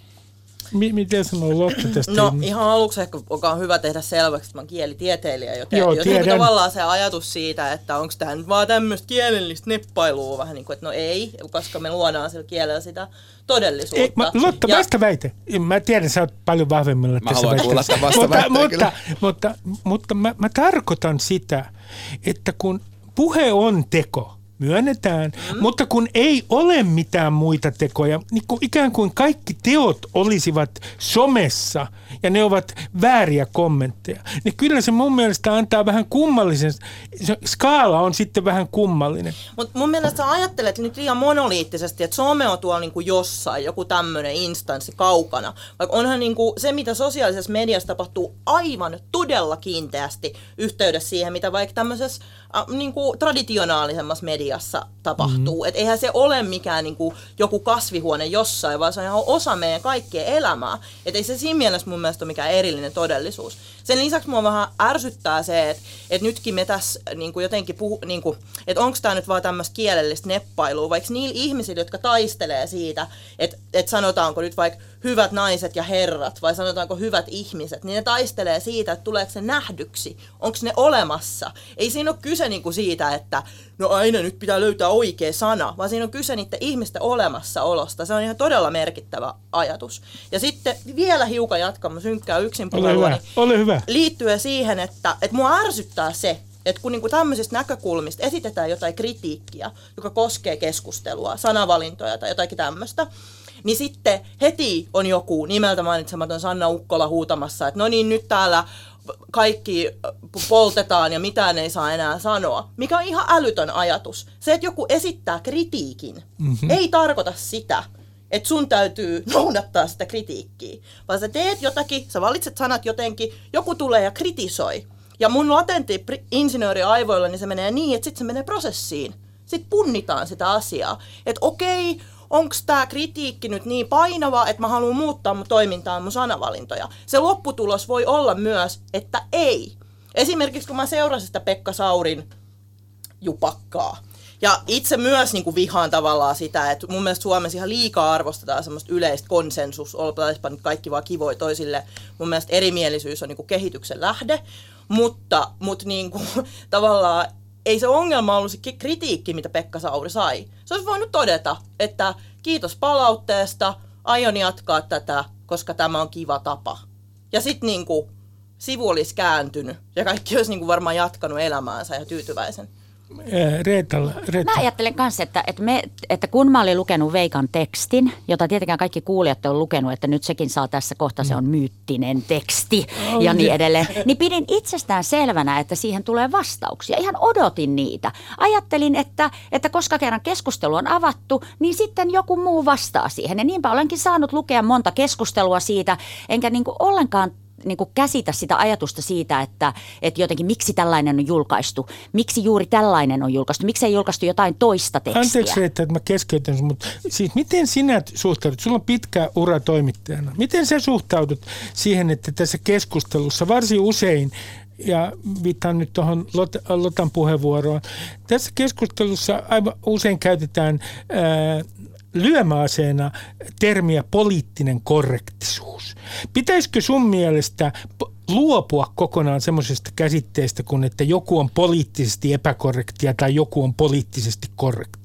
M- miten sanoo Lotta tästä? No ihan aluksi ehkä on hyvä tehdä selväksi, että mä oon kielitieteilijä, joten, Joo, joten niin tavallaan se ajatus siitä, että onko tämä nyt vaan tämmöistä kielellistä neppailua vähän niin kuin, että no ei, koska me luodaan sillä kielellä sitä todellisuutta. Ei, mä, Lotta, ja, vasta väite. Mä tiedän, sä oot paljon vahvemmilla mä tässä haluan kuulla tämän vasta mutta, väitteen, mutta, kyllä. mutta, mutta mä, mä tarkoitan sitä, että kun puhe on teko, myönnetään, mm. mutta kun ei ole mitään muita tekoja, niin kuin ikään kuin kaikki teot olisivat somessa ja ne ovat vääriä kommentteja, niin kyllä se mun mielestä antaa vähän kummallisen, se skaala on sitten vähän kummallinen. Mutta mun mielestä sä ajattelet nyt liian monoliittisesti, että some on tuolla niinku jossain, joku tämmöinen instanssi kaukana, vaikka onhan niinku se, mitä sosiaalisessa mediassa tapahtuu aivan todella kiinteästi yhteydessä siihen, mitä vaikka tämmöisessä äh, niinku traditionaalisemmassa mediassa tapahtuu. Mm. Et eihän se ole mikään niinku joku kasvihuone jossain, vaan se on ihan osa meidän kaikkien elämää. Et ei se siinä mielessä mun mielestä ole mikään erillinen todellisuus. Sen lisäksi mua vähän ärsyttää se, että et nytkin me tässä niinku jotenkin puhu, niinku, että onko tämä nyt vaan tämmöistä kielellistä neppailua, vaikka niillä ihmisillä, jotka taistelee siitä, että et sanotaanko nyt vaikka hyvät naiset ja herrat, vai sanotaanko hyvät ihmiset, niin ne taistelee siitä, että tuleeko se nähdyksi, onko ne olemassa. Ei siinä ole kyse niinku siitä, että no aina nyt pitää löytää oikea sana, vaan siinä on kyse niiden ihmisten olemassaolosta. Se on ihan todella merkittävä ajatus. Ja sitten vielä hiukan jatkamaan synkkää yksin puhelua, niin ole hyvä. Liittyen siihen, että, että mua ärsyttää se, että kun niinku tämmöisistä näkökulmista esitetään jotain kritiikkiä, joka koskee keskustelua, sanavalintoja tai jotakin tämmöistä, niin sitten heti on joku nimeltä mainitsematon Sanna Ukkola huutamassa, että no niin, nyt täällä kaikki poltetaan ja mitään ei saa enää sanoa, mikä on ihan älytön ajatus. Se, että joku esittää kritiikin, mm-hmm. ei tarkoita sitä, että sun täytyy noudattaa sitä kritiikkiä, vaan sä teet jotakin, sä valitset sanat jotenkin, joku tulee ja kritisoi. Ja mun latentti insinööriaivoilla, niin se menee niin, että sitten se menee prosessiin. Sitten punnitaan sitä asiaa, että okei, onko tämä kritiikki nyt niin painava, että mä haluan muuttaa mun toimintaa, mun sanavalintoja. Se lopputulos voi olla myös, että ei. Esimerkiksi kun mä seurasin sitä Pekka Saurin jupakkaa. Ja itse myös niin kuin vihaan tavallaan sitä, että mun mielestä Suomessa ihan liikaa arvostetaan semmoista yleistä konsensus, oltaispa nyt kaikki vaan kivoi toisille. Mun mielestä erimielisyys on niin kuin kehityksen lähde, mutta, mutta niin kuin, tavallaan ei se ongelma ollut se kritiikki, mitä Pekka Sauri sai. Se olisi voinut todeta, että kiitos palautteesta, aion jatkaa tätä, koska tämä on kiva tapa. Ja sitten niin kuin sivu olisi kääntynyt ja kaikki olisi niin kuin varmaan jatkanut elämäänsä ja tyytyväisen. Reetalla, Reetta. Mä ajattelen kanssa, että, että, me, että kun mä olin lukenut Veikan tekstin, jota tietenkään kaikki kuulijat on lukenut, että nyt sekin saa tässä kohta, se on myyttinen teksti oh, ja niin edelleen, niin pidin itsestään selvänä, että siihen tulee vastauksia. Ihan odotin niitä. Ajattelin, että, että koska kerran keskustelu on avattu, niin sitten joku muu vastaa siihen. Ja niinpä olenkin saanut lukea monta keskustelua siitä, enkä niin kuin ollenkaan niin kuin käsitä sitä ajatusta siitä, että, että jotenkin miksi tällainen on julkaistu, miksi juuri tällainen on julkaistu, miksi ei julkaistu jotain toista tekstiä. Anteeksi, että mä keskeytän, mutta siis miten sinä suhtaudut, sulla on pitkä ura toimittajana, miten sä suhtaudut siihen, että tässä keskustelussa varsin usein, ja viittaan nyt tuohon Lot- Lotan puheenvuoroon, tässä keskustelussa aivan usein käytetään ää, lyömäaseena termiä poliittinen korrektisuus. Pitäisikö sun mielestä luopua kokonaan semmoisesta käsitteestä kuin, että joku on poliittisesti epäkorrektia tai joku on poliittisesti korrektia?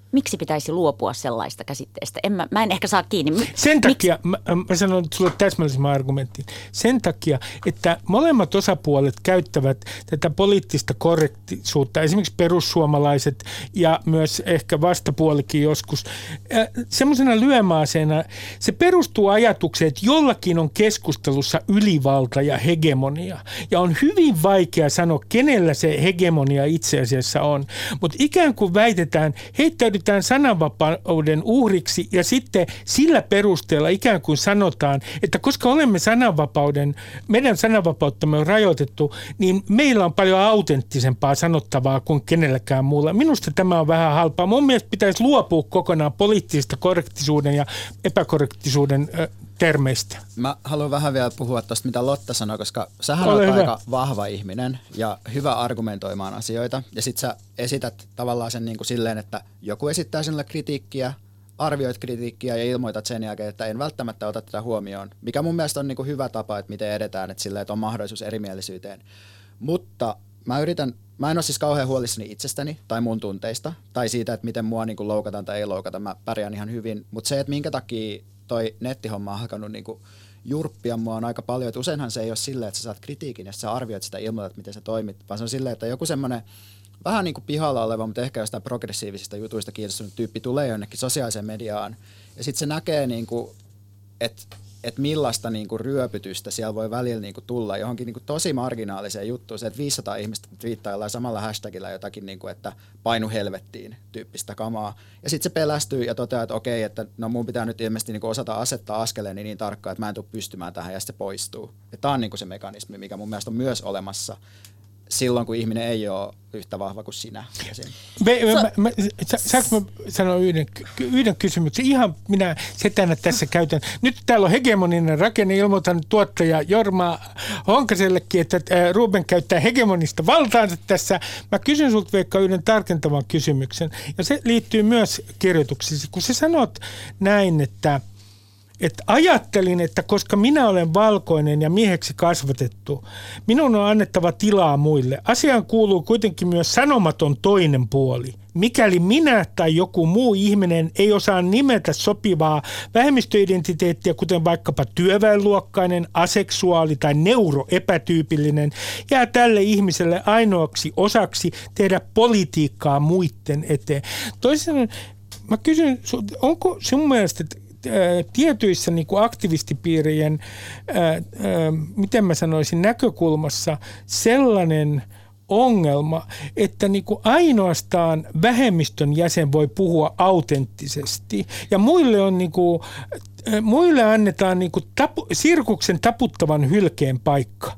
Miksi pitäisi luopua sellaista käsitteestä? En, mä, mä en ehkä saa kiinni. Sen takia, mä, mä sanon sulle täsmällisemmän argumentin, sen takia, että molemmat osapuolet käyttävät tätä poliittista korrektisuutta, esimerkiksi perussuomalaiset ja myös ehkä vastapuolikin joskus, äh, semmoisena lyömäaseena. Se perustuu ajatukseen, että jollakin on keskustelussa ylivalta ja hegemonia. Ja on hyvin vaikea sanoa, kenellä se hegemonia itse asiassa on. Mutta ikään kuin väitetään, heittäydytään sananvapauden uhriksi ja sitten sillä perusteella ikään kuin sanotaan, että koska olemme sananvapauden, meidän sananvapauttamme on rajoitettu, niin meillä on paljon autenttisempaa sanottavaa kuin kenelläkään muulla. Minusta tämä on vähän halpaa. Mun mielestä pitäisi luopua kokonaan poliittisesta korrektisuuden ja epäkorrektisuuden ö, termeistä. Mä haluan vähän vielä puhua tuosta, mitä Lotta sanoi, koska sähän Ole olet hyvä. aika vahva ihminen ja hyvä argumentoimaan asioita. Ja sit sä esität tavallaan sen niin kuin silleen, että joku esittää sinulle kritiikkiä, arvioit kritiikkiä ja ilmoitat sen jälkeen, että en välttämättä ota tätä huomioon. Mikä mun mielestä on niin kuin hyvä tapa, että miten edetään, että silleen, että on mahdollisuus erimielisyyteen. Mutta mä yritän, mä en ole siis kauhean huolissani itsestäni tai mun tunteista tai siitä, että miten mua niin kuin loukataan tai ei loukata. Mä pärjään ihan hyvin, mutta se, että minkä takia toi nettihomma on alkanut niinku jurppia mua on aika paljon, että useinhan se ei ole silleen, että sä saat kritiikin ja sä arvioit sitä ilmoitat, miten sä toimit, vaan se on silleen, että joku semmoinen vähän niin kuin pihalla oleva, mutta ehkä jostain progressiivisista jutuista kiinnostunut tyyppi tulee jonnekin sosiaaliseen mediaan ja sitten se näkee, niinku, että et millaista niinku ryöpytystä siellä voi välillä niinku tulla johonkin niinku tosi marginaaliseen juttuun, se, että viisisataa ihmistä twiittaa jollain samalla hashtagilla jotakin, niinku, että painu helvettiin tyyppistä kamaa. Ja sitten se pelästyy ja toteaa, että okei, että no mun pitää nyt ilmeisesti niinku osata asettaa askeleen niin, niin tarkkaan, että mä en tule pystymään tähän ja sitten se poistuu. Ja tää on niinku se mekanismi, mikä mun mielestä on myös olemassa silloin, kun ihminen ei ole yhtä vahva kuin sinä. Me, mä, mä, sa, saanko mä sanoa yhden, yhden kysymyksen? Ihan minä setänä tässä käytän. Nyt täällä on hegemoninen rakenne. Ilmoitan tuottaja Jorma Honkasellekin, että Ruben käyttää hegemonista valtaansa tässä. Mä kysyn sulta Veikka yhden tarkentavan kysymyksen. Ja se liittyy myös kirjoituksesi. Kun sä sanot näin, että että ajattelin, että koska minä olen valkoinen ja mieheksi kasvatettu, minun on annettava tilaa muille. Asiaan kuuluu kuitenkin myös sanomaton toinen puoli. Mikäli minä tai joku muu ihminen ei osaa nimetä sopivaa vähemmistöidentiteettiä, kuten vaikkapa työväenluokkainen, aseksuaali tai neuroepätyypillinen, jää tälle ihmiselle ainoaksi osaksi tehdä politiikkaa muiden eteen. Toisin mä kysyn, onko sun mielestä tietyissä niin kuin aktivistipiirien, ää, ää, miten mä sanoisin, näkökulmassa sellainen ongelma, että niin kuin ainoastaan vähemmistön jäsen voi puhua autenttisesti ja muille, on niin kuin, muille annetaan niin kuin tapu, sirkuksen taputtavan hylkeen paikka.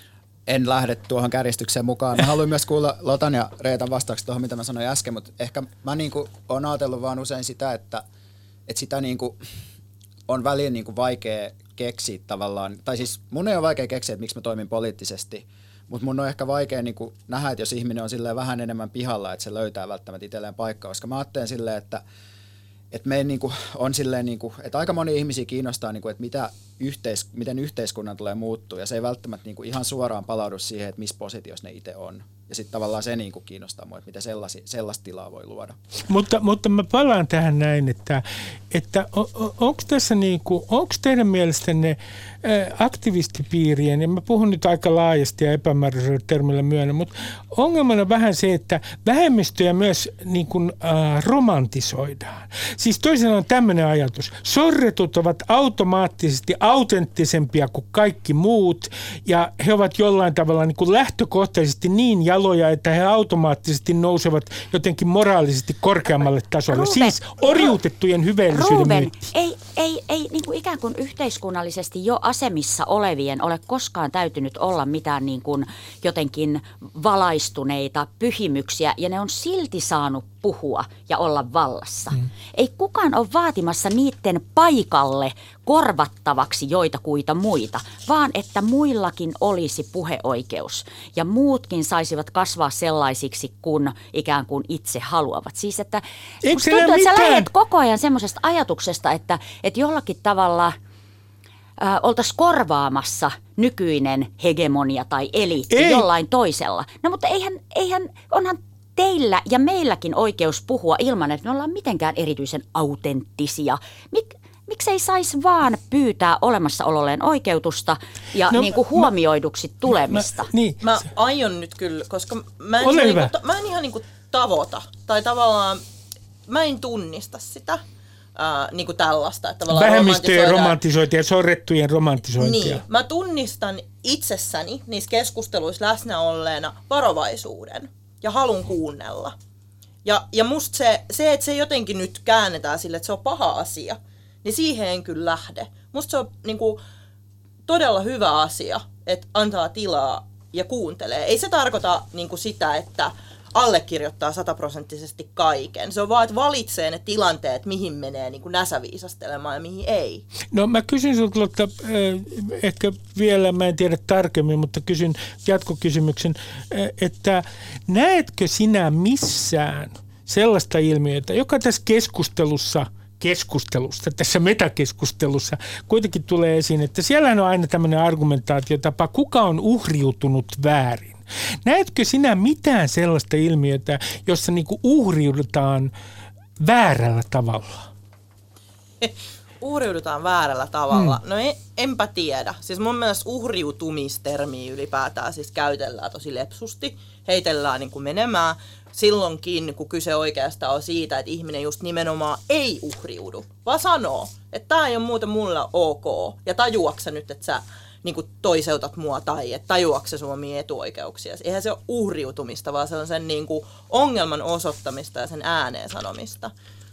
En lähde tuohon kärjistykseen mukaan. Mä haluan myös kuulla Lotan ja Reetan vastaukset tuohon, mitä mä sanoin äsken, mutta ehkä mä niin kuin olen ajatellut vaan usein sitä, että että sitä niinku on väliin niinku vaikea keksiä tavallaan, tai siis mun ei ole vaikea keksiä, että miksi mä toimin poliittisesti, mutta mun on ehkä vaikea niinku nähdä, että jos ihminen on silleen vähän enemmän pihalla, että se löytää välttämättä itselleen paikkaa, koska mä ajattelen silleen, että että meidän niinku on silleen niinku, että aika moni ihmisiä kiinnostaa niinku, että mitä yhteis, miten yhteiskunnan tulee muuttua ja se ei välttämättä niinku ihan suoraan palaudu siihen, että missä positiossa ne itse on. Ja sitten tavallaan se niinku kiinnostaa mua, että miten sellaisi, sellaista tilaa voi luoda. Mutta, mutta mä palaan tähän näin, että, että onko tässä niinku, onko teidän mielestänne aktivistipiirien, ja mä puhun nyt aika laajasti ja epämääräisellä termillä myönnä, mutta ongelmana vähän se, että vähemmistöjä myös niin kuin, äh, romantisoidaan. Siis toisinaan on tämmöinen ajatus. Sorretut ovat automaattisesti autenttisempia kuin kaikki muut, ja he ovat jollain tavalla niin kuin lähtökohtaisesti niin jaloja, että he automaattisesti nousevat jotenkin moraalisesti korkeammalle tasolle. Ruben, siis orjuutettujen hyveellisyyden Ruben, myytti. ei, ei, ei niin kuin ikään kuin yhteiskunnallisesti jo asemissa olevien ole koskaan täytynyt olla mitään niin kuin jotenkin valaistuneita pyhimyksiä, ja ne on silti saanut puhua ja olla vallassa. Mm. Ei kukaan ole vaatimassa niiden paikalle korvattavaksi joitakuita muita, vaan että muillakin olisi puheoikeus ja muutkin saisivat kasvaa sellaisiksi, kun ikään kuin itse haluavat. Siis että musta tuntuu, että sä lähdet koko ajan semmoisesta ajatuksesta, että, että jollakin tavalla äh, oltaisiin korvaamassa nykyinen hegemonia tai eliitti Ei. jollain toisella. No mutta eihän, eihän onhan teillä ja meilläkin oikeus puhua ilman, että me ollaan mitenkään erityisen autenttisia. Mik, miksei saisi vaan pyytää olemassaololleen oikeutusta ja no, niin kuin huomioiduksi mä, tulemista? Mä, niin. Mä aion nyt kyllä, koska mä en, Ole ihan, hyvä. niin kuin, mä en ihan niin kuin tavoita tai tavallaan mä en tunnista sitä. Ää, niin kuin tällaista. Että vähemmistöjen romantisointia ja sorrettujen romantisointia. Niin, mä tunnistan itsessäni niissä keskusteluissa läsnä olleena varovaisuuden ja halun kuunnella. Ja, ja musta se, se, että se jotenkin nyt käännetään sille, että se on paha asia, niin siihen en kyllä lähde. Musta se on niin kuin, todella hyvä asia, että antaa tilaa ja kuuntelee. Ei se tarkoita niin kuin sitä, että allekirjoittaa sataprosenttisesti kaiken. Se on vaan, että valitsee ne tilanteet, mihin menee niin kuin näsäviisastelemaan ja mihin ei. No mä kysyn sinulta, Lotta, äh, ehkä vielä, mä en tiedä tarkemmin, mutta kysyn jatkokysymyksen, äh, että näetkö sinä missään sellaista ilmiötä, joka tässä keskustelussa, keskustelusta, tässä metakeskustelussa kuitenkin tulee esiin, että siellähän on aina tämmöinen argumentaatiotapa, kuka on uhriutunut väärin. Näetkö sinä mitään sellaista ilmiötä, jossa niinku uhriudutaan väärällä tavalla? Uhriudutaan väärällä tavalla? Mm. No en, enpä tiedä. Siis mun mielestä uhriutumistermiä ylipäätään siis käytellään tosi lepsusti. Heitellään niin kuin menemään silloinkin, kun kyse oikeastaan on siitä, että ihminen just nimenomaan ei uhriudu, vaan sanoo, että tää ei ole muuten mulle ok. Ja tajuaksä nyt, että sä niin kuin toiseutat mua tai että tajuatko se sun omia etuoikeuksia. Eihän se ole uhriutumista, vaan se on sen niin kuin ongelman osoittamista ja sen ääneen sanomista.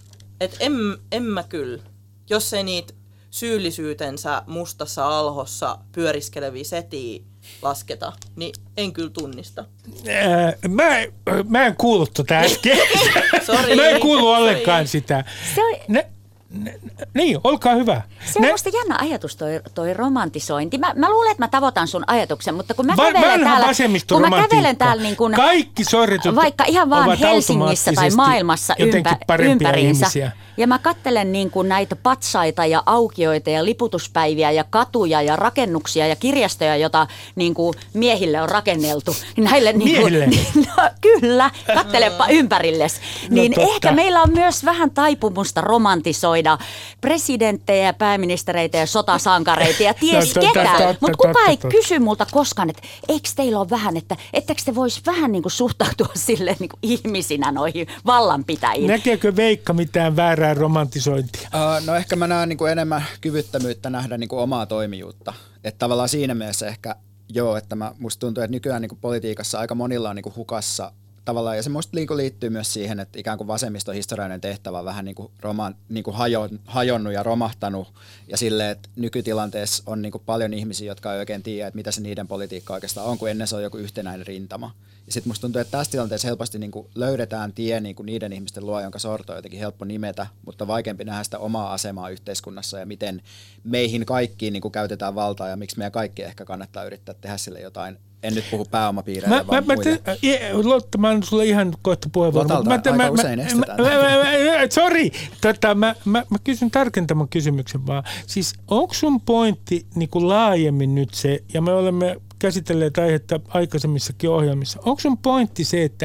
Et en, en mä kyllä, jos ei niitä syyllisyytensä mustassa alhossa pyöriskeleviä setiä lasketa, niin en kyllä tunnista. Ää, mä, mä en kuullut tuota äsken. Sorry, mä en kuullut sorry. ollenkaan sitä. Se on... Ne, ne, niin, olkaa hyvä. Se on ne, musta jännä ajatus toi, toi romantisointi. Mä, mä luulen, että mä tavoitan sun ajatuksen, mutta kun mä Va- kävelen täällä, kun mä kävelen täällä niin kun, kaikki sorretut vaikka ihan vaan Helsingissä tai maailmassa ympä, ympäriinsä, ihmisiä. Ja mä katselen niin kuin näitä patsaita ja aukioita ja liputuspäiviä ja katuja ja rakennuksia ja kirjastoja, joita niin kuin miehille on rakenneltu. Näille niin kuin, no, kyllä, katselepa ympärilles. Niin no, ehkä meillä on myös vähän taipumusta romantisoida presidenttejä ja pääministereitä ja sotasankareita ja ties no, ketä. Mutta kuka totta, ei totta. kysy multa koskaan, että eikö teillä ole vähän, että ettekö te vois vähän niin kuin suhtautua silleen niin kuin ihmisinä noihin vallanpitäjiin. Näkeekö Veikka mitään väärää romantisointia? Uh, no ehkä mä näen niin kuin enemmän kyvyttömyyttä nähdä niin kuin omaa toimijuutta. Että tavallaan siinä mielessä ehkä joo, että mä, musta tuntuu, että nykyään niin kuin politiikassa aika monilla on niin kuin hukassa tavallaan, ja se musta niin kuin liittyy myös siihen, että ikään kuin vasemmiston historiallinen tehtävä on vähän niin kuin, roman, niin kuin hajo, hajonnut ja romahtanut, ja silleen, että nykytilanteessa on niin kuin paljon ihmisiä, jotka ei oikein tiedä, että mitä se niiden politiikka oikeastaan on, kun ennen se on joku yhtenäinen rintama. Ja sitten musta tuntuu, että tässä tilanteessa helposti niin kuin löydetään tie niin kuin niiden ihmisten luo, jonka sorto on jotenkin helppo nimetä, mutta vaikeampi nähdä sitä omaa asemaa yhteiskunnassa ja miten meihin kaikkiin niin kuin käytetään valtaa ja miksi meidän kaikki ehkä kannattaa yrittää tehdä sille jotain. En nyt puhu pääomapiireille, mä, vaan mä, muille. Mä, te, Lotta, mä annan sulle ihan kohta puheenvuoron. Lotalta mä, aika mä, usein mä, estetään. Mä, mä, mä, sori, tota, mä, mä, mä kysyn tarkentaman kysymyksen vaan. Siis onko sun pointti niin kuin laajemmin nyt se, ja me olemme käsitelleet aihetta aikaisemmissakin ohjelmissa, onko sun pointti se, että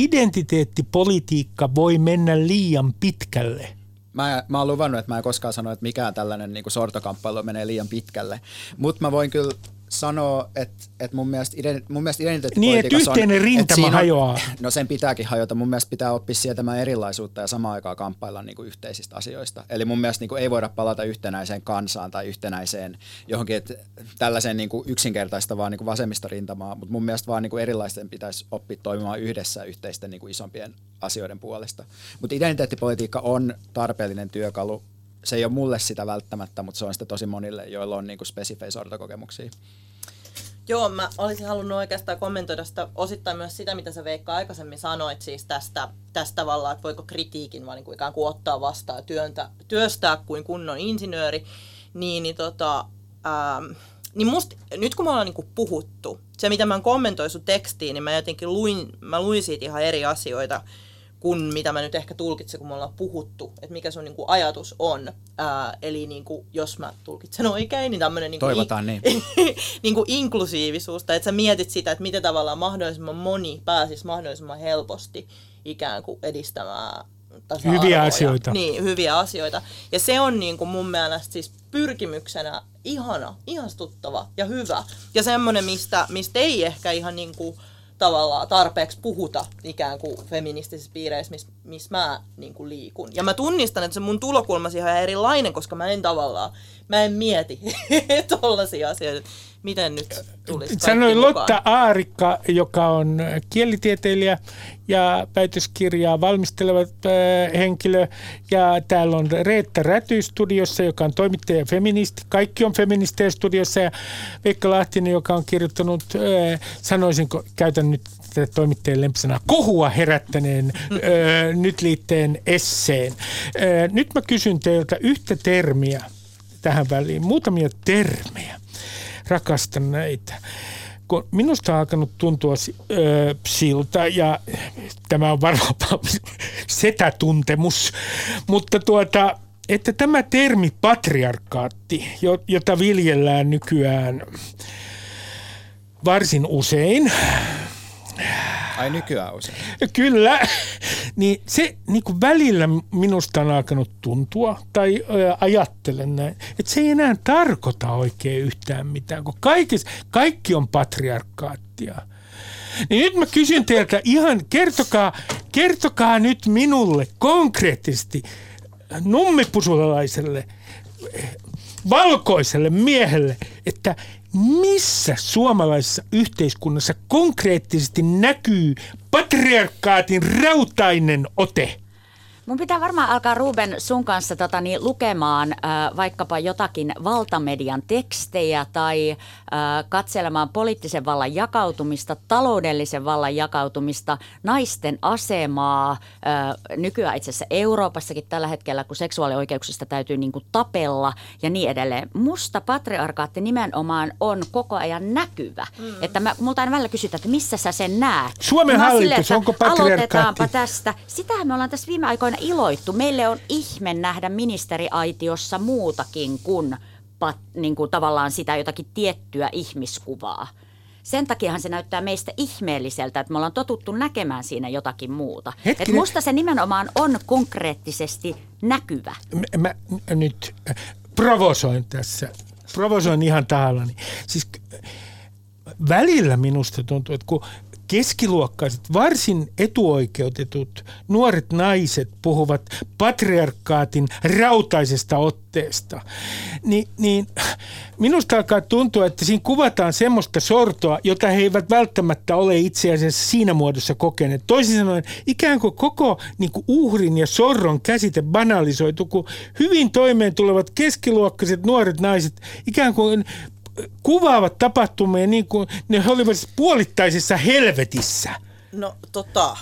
identiteettipolitiikka voi mennä liian pitkälle? Mä, mä oon luvannut, että mä en koskaan sano, että mikään tällainen niin kuin sortokamppailu menee liian pitkälle, mutta mä voin kyllä sanoa, että, että mun mielestä, mun mielestä identiteettipolitiikassa niin, että yhteinen rintama on, hajoaa. No sen pitääkin hajota. Mun mielestä pitää oppia sietämään erilaisuutta ja samaan aikaan kamppailla niin kuin yhteisistä asioista. Eli mun mielestä niin kuin ei voida palata yhtenäiseen kansaan tai yhtenäiseen johonkin, että tällaiseen niin kuin yksinkertaistavaan niin kuin vasemmista rintamaa, mutta mun mielestä vaan niin kuin erilaisten pitäisi oppia toimimaan yhdessä yhteisten niin kuin isompien asioiden puolesta. Mutta identiteettipolitiikka on tarpeellinen työkalu. Se ei ole mulle sitä välttämättä, mutta se on sitä tosi monille, joilla on niinku spesifejä sortokokemuksia. Joo, mä olisin halunnut oikeastaan kommentoida sitä osittain myös sitä, mitä sä Veikka aikaisemmin sanoit, siis tästä, tästä tavallaan, että voiko kritiikin vaan niin kuin ikään kuin ottaa vastaan ja työntä, työstää kuin kunnon insinööri, niin, niin, tota, ähm, niin musta, nyt kun me ollaan niin kuin puhuttu, se mitä mä kommentoin sun tekstiin, niin mä jotenkin luin, mä luin siitä ihan eri asioita kuin mitä mä nyt ehkä tulkitsen, kun me ollaan puhuttu, että mikä sun niin kuin ajatus on. Ää, eli niin kuin, jos mä tulkitsen oikein, niin tämmöinen niin Toivotaan niin. niin kuin inklusiivisuus, tai että sä mietit sitä, että miten tavallaan mahdollisimman moni pääsisi mahdollisimman helposti ikään kuin edistämään tasa-arvoa. Hyviä asioita. Niin, hyviä asioita. Ja se on niin kuin mun mielestä siis pyrkimyksenä ihana, ihastuttava ja hyvä. Ja semmoinen, mistä, mistä ei ehkä ihan niin kuin tavallaan tarpeeksi puhuta ikään kuin feministisissä piireissä, missä miss mä niin kuin liikun. Ja mä tunnistan, että se mun tulokulma siihen on erilainen, koska mä en tavallaan, mä en mieti tollaisia asioita, miten nyt tulisi kaikki Sanoi mukaan. Lotta Aarikka, joka on kielitieteilijä ja väitöskirjaa valmisteleva äh, henkilö. Ja täällä on Reetta Räty studiossa, joka on toimittaja ja feministi. Kaikki on feministejä studiossa. Ja Veikka Lahtinen, joka on kirjoittanut, äh, sanoisinko, käytän nyt tätä toimittajan lempisanaa, kohua herättäneen äh, nyt liitteen esseen. Äh, nyt mä kysyn teiltä yhtä termiä tähän väliin, muutamia termejä. Rakastan näitä. Kun minusta on alkanut tuntua ö, siltä, ja tämä on varmaan setätuntemus, mutta tuota, että tämä termi patriarkaatti, jota viljellään nykyään varsin usein. Ai nykyään usein. Kyllä, niin se niin kuin välillä minusta on alkanut tuntua, tai ä, ajattelen näin, että se ei enää tarkoita oikein yhtään mitään, kun kaikis, kaikki on patriarkaattia. Niin nyt mä kysyn teiltä ihan, kertokaa, kertokaa nyt minulle konkreettisesti nummipusulalaiselle, valkoiselle miehelle, että missä suomalaisessa yhteiskunnassa konkreettisesti näkyy patriarkaatin rautainen ote? Mun pitää varmaan alkaa, Ruben, sun kanssa tota, niin, lukemaan äh, vaikkapa jotakin valtamedian tekstejä tai äh, katselemaan poliittisen vallan jakautumista, taloudellisen vallan jakautumista, naisten asemaa, äh, nykyään itse asiassa Euroopassakin tällä hetkellä, kun seksuaalioikeuksista täytyy niin kuin tapella ja niin edelleen. Musta patriarkaatti nimenomaan on koko ajan näkyvä. Mm. Että mä, multa aina välillä kysytään, että missä sä sen näet? Suomen hallitus, onko patriarkaatti? Aloitetaanpa tästä. Sitähän me ollaan tässä viime aikoina iloittu. Meille on ihme nähdä ministeriaitiossa muutakin kuin, pat, niin kuin tavallaan sitä jotakin tiettyä ihmiskuvaa. Sen takiahan se näyttää meistä ihmeelliseltä, että me ollaan totuttu näkemään siinä jotakin muuta. Et musta se nimenomaan on konkreettisesti näkyvä. Mä, mä nyt provosoin tässä. Provosoin ihan tahallani. Siis välillä minusta tuntuu, että kun keskiluokkaiset, varsin etuoikeutetut nuoret naiset puhuvat patriarkaatin rautaisesta otteesta, niin, niin minusta alkaa tuntua, että siinä kuvataan semmoista sortoa, jota he eivät välttämättä ole itse asiassa siinä muodossa kokeneet. Toisin sanoen, ikään kuin koko niin kuin uhrin ja sorron käsite banalisoitu, kun hyvin toimeen tulevat keskiluokkaiset nuoret naiset ikään kuin kuvaavat tapahtumia niin kuin ne olivat puolittaisessa helvetissä. No tota.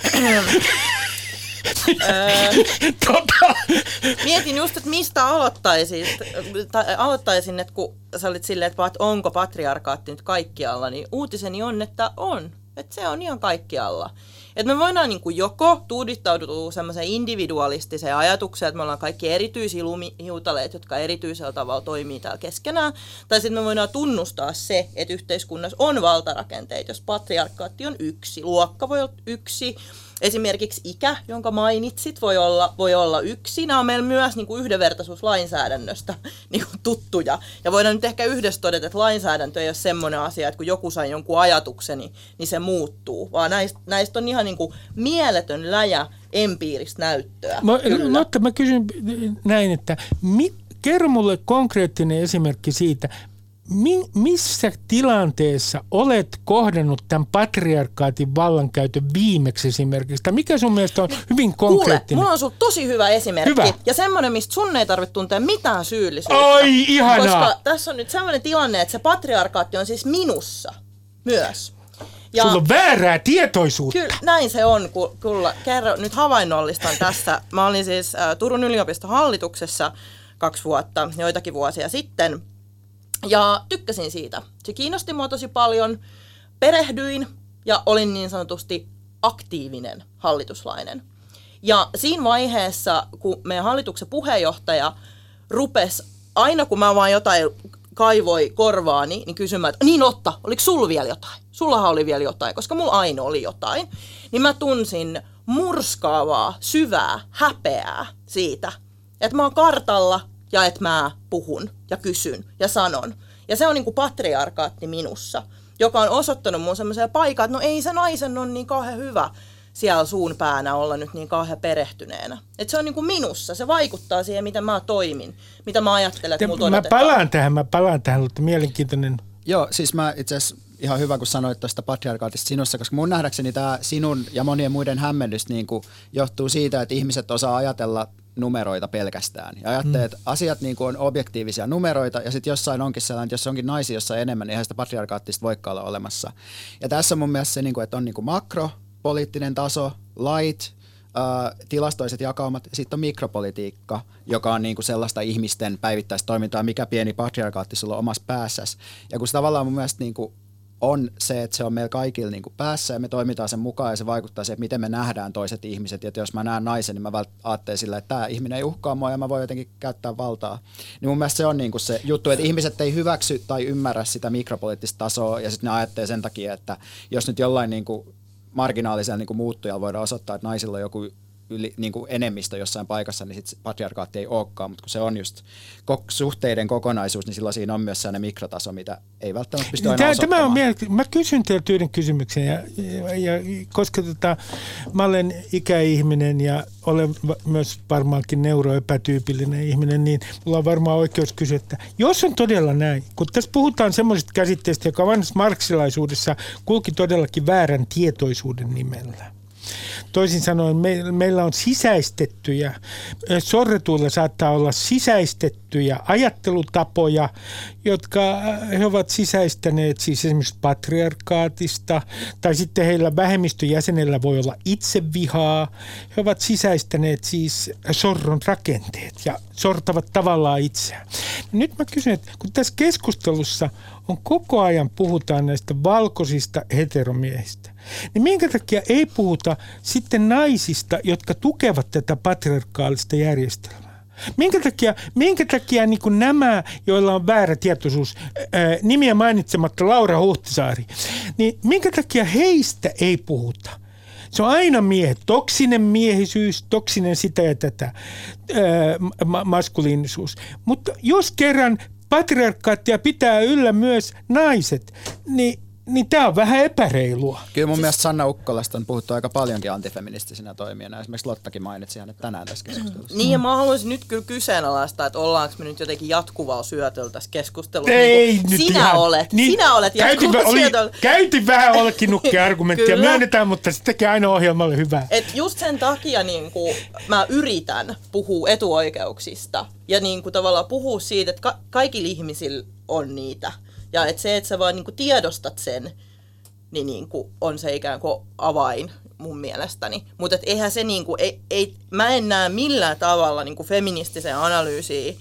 tota. Mietin just, että mistä aloittaisin. Aloittaisin, että kun sä olit silleen, että onko patriarkaatti nyt kaikkialla, niin uutiseni on, että on. Että se on ihan kaikkialla. Että me voidaan niin kuin joko tuudittautua semmoiseen individualistiseen ajatukseen, että me ollaan kaikki erityisiä lumihiutaleet, jotka erityisellä tavalla toimii täällä keskenään. Tai sitten me voidaan tunnustaa se, että yhteiskunnassa on valtarakenteita, jos patriarkaatti on yksi, luokka voi olla yksi. Esimerkiksi ikä, jonka mainitsit, voi olla, voi olla yksi. Nämä on meillä myös niin kuin yhdenvertaisuuslainsäädännöstä niin kuin tuttuja. Ja voidaan nyt ehkä yhdessä todeta, että lainsäädäntö ei ole semmoinen asia, että kun joku sai jonkun ajatukseni, niin se muuttuu. Vaan näistä, näistä on ihan niin kuin mieletön läjä empiiristä näyttöä. Mä, Lotta, mä kysyn näin, että mi, kerro mulle konkreettinen esimerkki siitä, Mi- missä tilanteessa olet kohdannut tämän patriarkaatin vallankäytön viimeksi esimerkiksi? Tai mikä sun mielestä on hyvin konkreettinen? Kuule, mulla on sulla tosi hyvä esimerkki. Hyvä. Ja semmoinen, mistä sun ei tarvitse tuntea mitään syyllisyyttä. Oi, ihanaa! Koska tässä on nyt semmoinen tilanne, että se patriarkaatti on siis minussa myös. Ja sulla on väärää tietoisuutta. Kyllä, näin se on. Kyllä, kerro, nyt havainnollistan tässä. Mä olin siis äh, Turun yliopiston hallituksessa kaksi vuotta, joitakin vuosia sitten. Ja tykkäsin siitä. Se kiinnosti mua tosi paljon, perehdyin ja olin niin sanotusti aktiivinen hallituslainen. Ja siinä vaiheessa, kun meidän hallituksen puheenjohtaja rupesi, aina kun mä vaan jotain kaivoi korvaani, niin kysymään, että niin Lotta, oliko sulla vielä jotain? Sullahan oli vielä jotain, koska mulla aina oli jotain. Niin mä tunsin murskaavaa, syvää häpeää siitä, että mä oon kartalla ja että mä puhun ja kysyn ja sanon. Ja se on niin kuin patriarkaatti minussa, joka on osoittanut mun semmoiseen paikkaan, että no ei se naisen ole niin kauhean hyvä siellä suun päänä olla nyt niin kauhean perehtyneenä. Että se on niin kuin minussa, se vaikuttaa siihen, miten mä toimin, mitä mä ajattelen, että mulla Mä palaan tähän, mä palaan tähän, mutta mielenkiintoinen. Joo, siis mä itse asiassa ihan hyvä, kun sanoit tuosta patriarkaatista sinussa, koska mun nähdäkseni tämä sinun ja monien muiden hämmennys niin kuin johtuu siitä, että ihmiset osaa ajatella numeroita pelkästään. Ja ajattelee, mm. että asiat niin kuin on objektiivisia numeroita, ja sitten jossain onkin sellainen, että jos onkin naisia jossain enemmän, niin eihän sitä patriarkaattista voikaan olla olemassa. Ja tässä on mun mielestä se, niin kuin, että on niin kuin makropoliittinen taso, lait, ää, tilastoiset jakaumat, ja sitten on mikropolitiikka, joka on niin kuin sellaista ihmisten päivittäistä toimintaa, mikä pieni patriarkaatti sulla on omassa päässäsi. Ja kun se tavallaan mun mielestä niin kuin on se, että se on meillä kaikilla niin kuin päässä ja me toimitaan sen mukaan ja se vaikuttaa siihen, että miten me nähdään toiset ihmiset. Ja että jos mä näen naisen, niin mä ajattelen sillä, että tämä ihminen ei uhkaa mua ja mä voin jotenkin käyttää valtaa. Niin mun mielestä se on niin kuin se juttu, että ihmiset ei hyväksy tai ymmärrä sitä mikropoliittista tasoa ja sitten ne ajattelee sen takia, että jos nyt jollain niin kuin marginaalisella niin kuin muuttujalla voidaan osoittaa, että naisilla on joku yli, niin kuin enemmistö jossain paikassa, niin sitten patriarkaatti ei olekaan, mutta kun se on just ko- suhteiden kokonaisuus, niin silloin siinä on myös sellainen mikrotaso, mitä ei välttämättä pysty aina osoittamaan. Tämä on mielestäni. Mä kysyn teiltä yhden kysymyksen, ja, ja, ja koska tota, mä olen ikäihminen ja olen myös varmaankin neuroepätyypillinen ihminen, niin mulla on varmaan oikeus kysyä, että jos on todella näin, kun tässä puhutaan semmoisesta käsitteestä, joka vanhassa marksilaisuudessa kulki todellakin väärän tietoisuuden nimellä. Toisin sanoen me, meillä on sisäistettyjä, sorretuilla saattaa olla sisäistettyjä ajattelutapoja, jotka he ovat sisäistäneet siis esimerkiksi patriarkaatista, tai sitten heillä vähemmistöjäsenellä voi olla itsevihaa. He ovat sisäistäneet siis sorron rakenteet ja sortavat tavallaan itseään. Nyt mä kysyn, että kun tässä keskustelussa on koko ajan puhutaan näistä valkoisista heteromiehistä, niin minkä takia ei puhuta sitten naisista, jotka tukevat tätä patriarkaalista järjestelmää? Minkä takia, minkä takia niin kuin nämä, joilla on väärä tietoisuus, ää, nimiä mainitsematta Laura Huhtasaari, niin minkä takia heistä ei puhuta? Se on aina miehet, toksinen miehisyys, toksinen sitä ja tätä, ää, ma- maskuliinisuus. Mutta jos kerran patriarkaattia pitää yllä myös naiset, niin Niin tämä on vähän epäreilua. Kyllä mun siis mielestä Sanna Ukkolasta on puhuttu aika paljonkin antifeministisinä toimijana. Esimerkiksi Lottakin mainitsi hänet tänään tässä keskustelussa. Niin ja mä haluaisin nyt kyllä kyseenalaistaa, että ollaanko me nyt jotenkin jatkuvalla syötöllä tässä keskustelussa. Ei niin nyt sinä ihan, olet, niin, sinä olet jatkuvalla syötöllä. Käytin vähän olkinukke-argumenttia, myönnetään, mutta se tekee aina ohjelmalle hyvää. Et just sen takia niin kuin, mä yritän puhua etuoikeuksista ja niin kuin, tavallaan puhua siitä, että ka- kaikilla ihmisillä on niitä. Ja että se, että sä vaan niinku tiedostat sen, niin niinku on se ikään kuin avain mun mielestäni. Mutta eihän se, niinku, ei, ei, mä en näe millään tavalla niinku feministisen analyysiä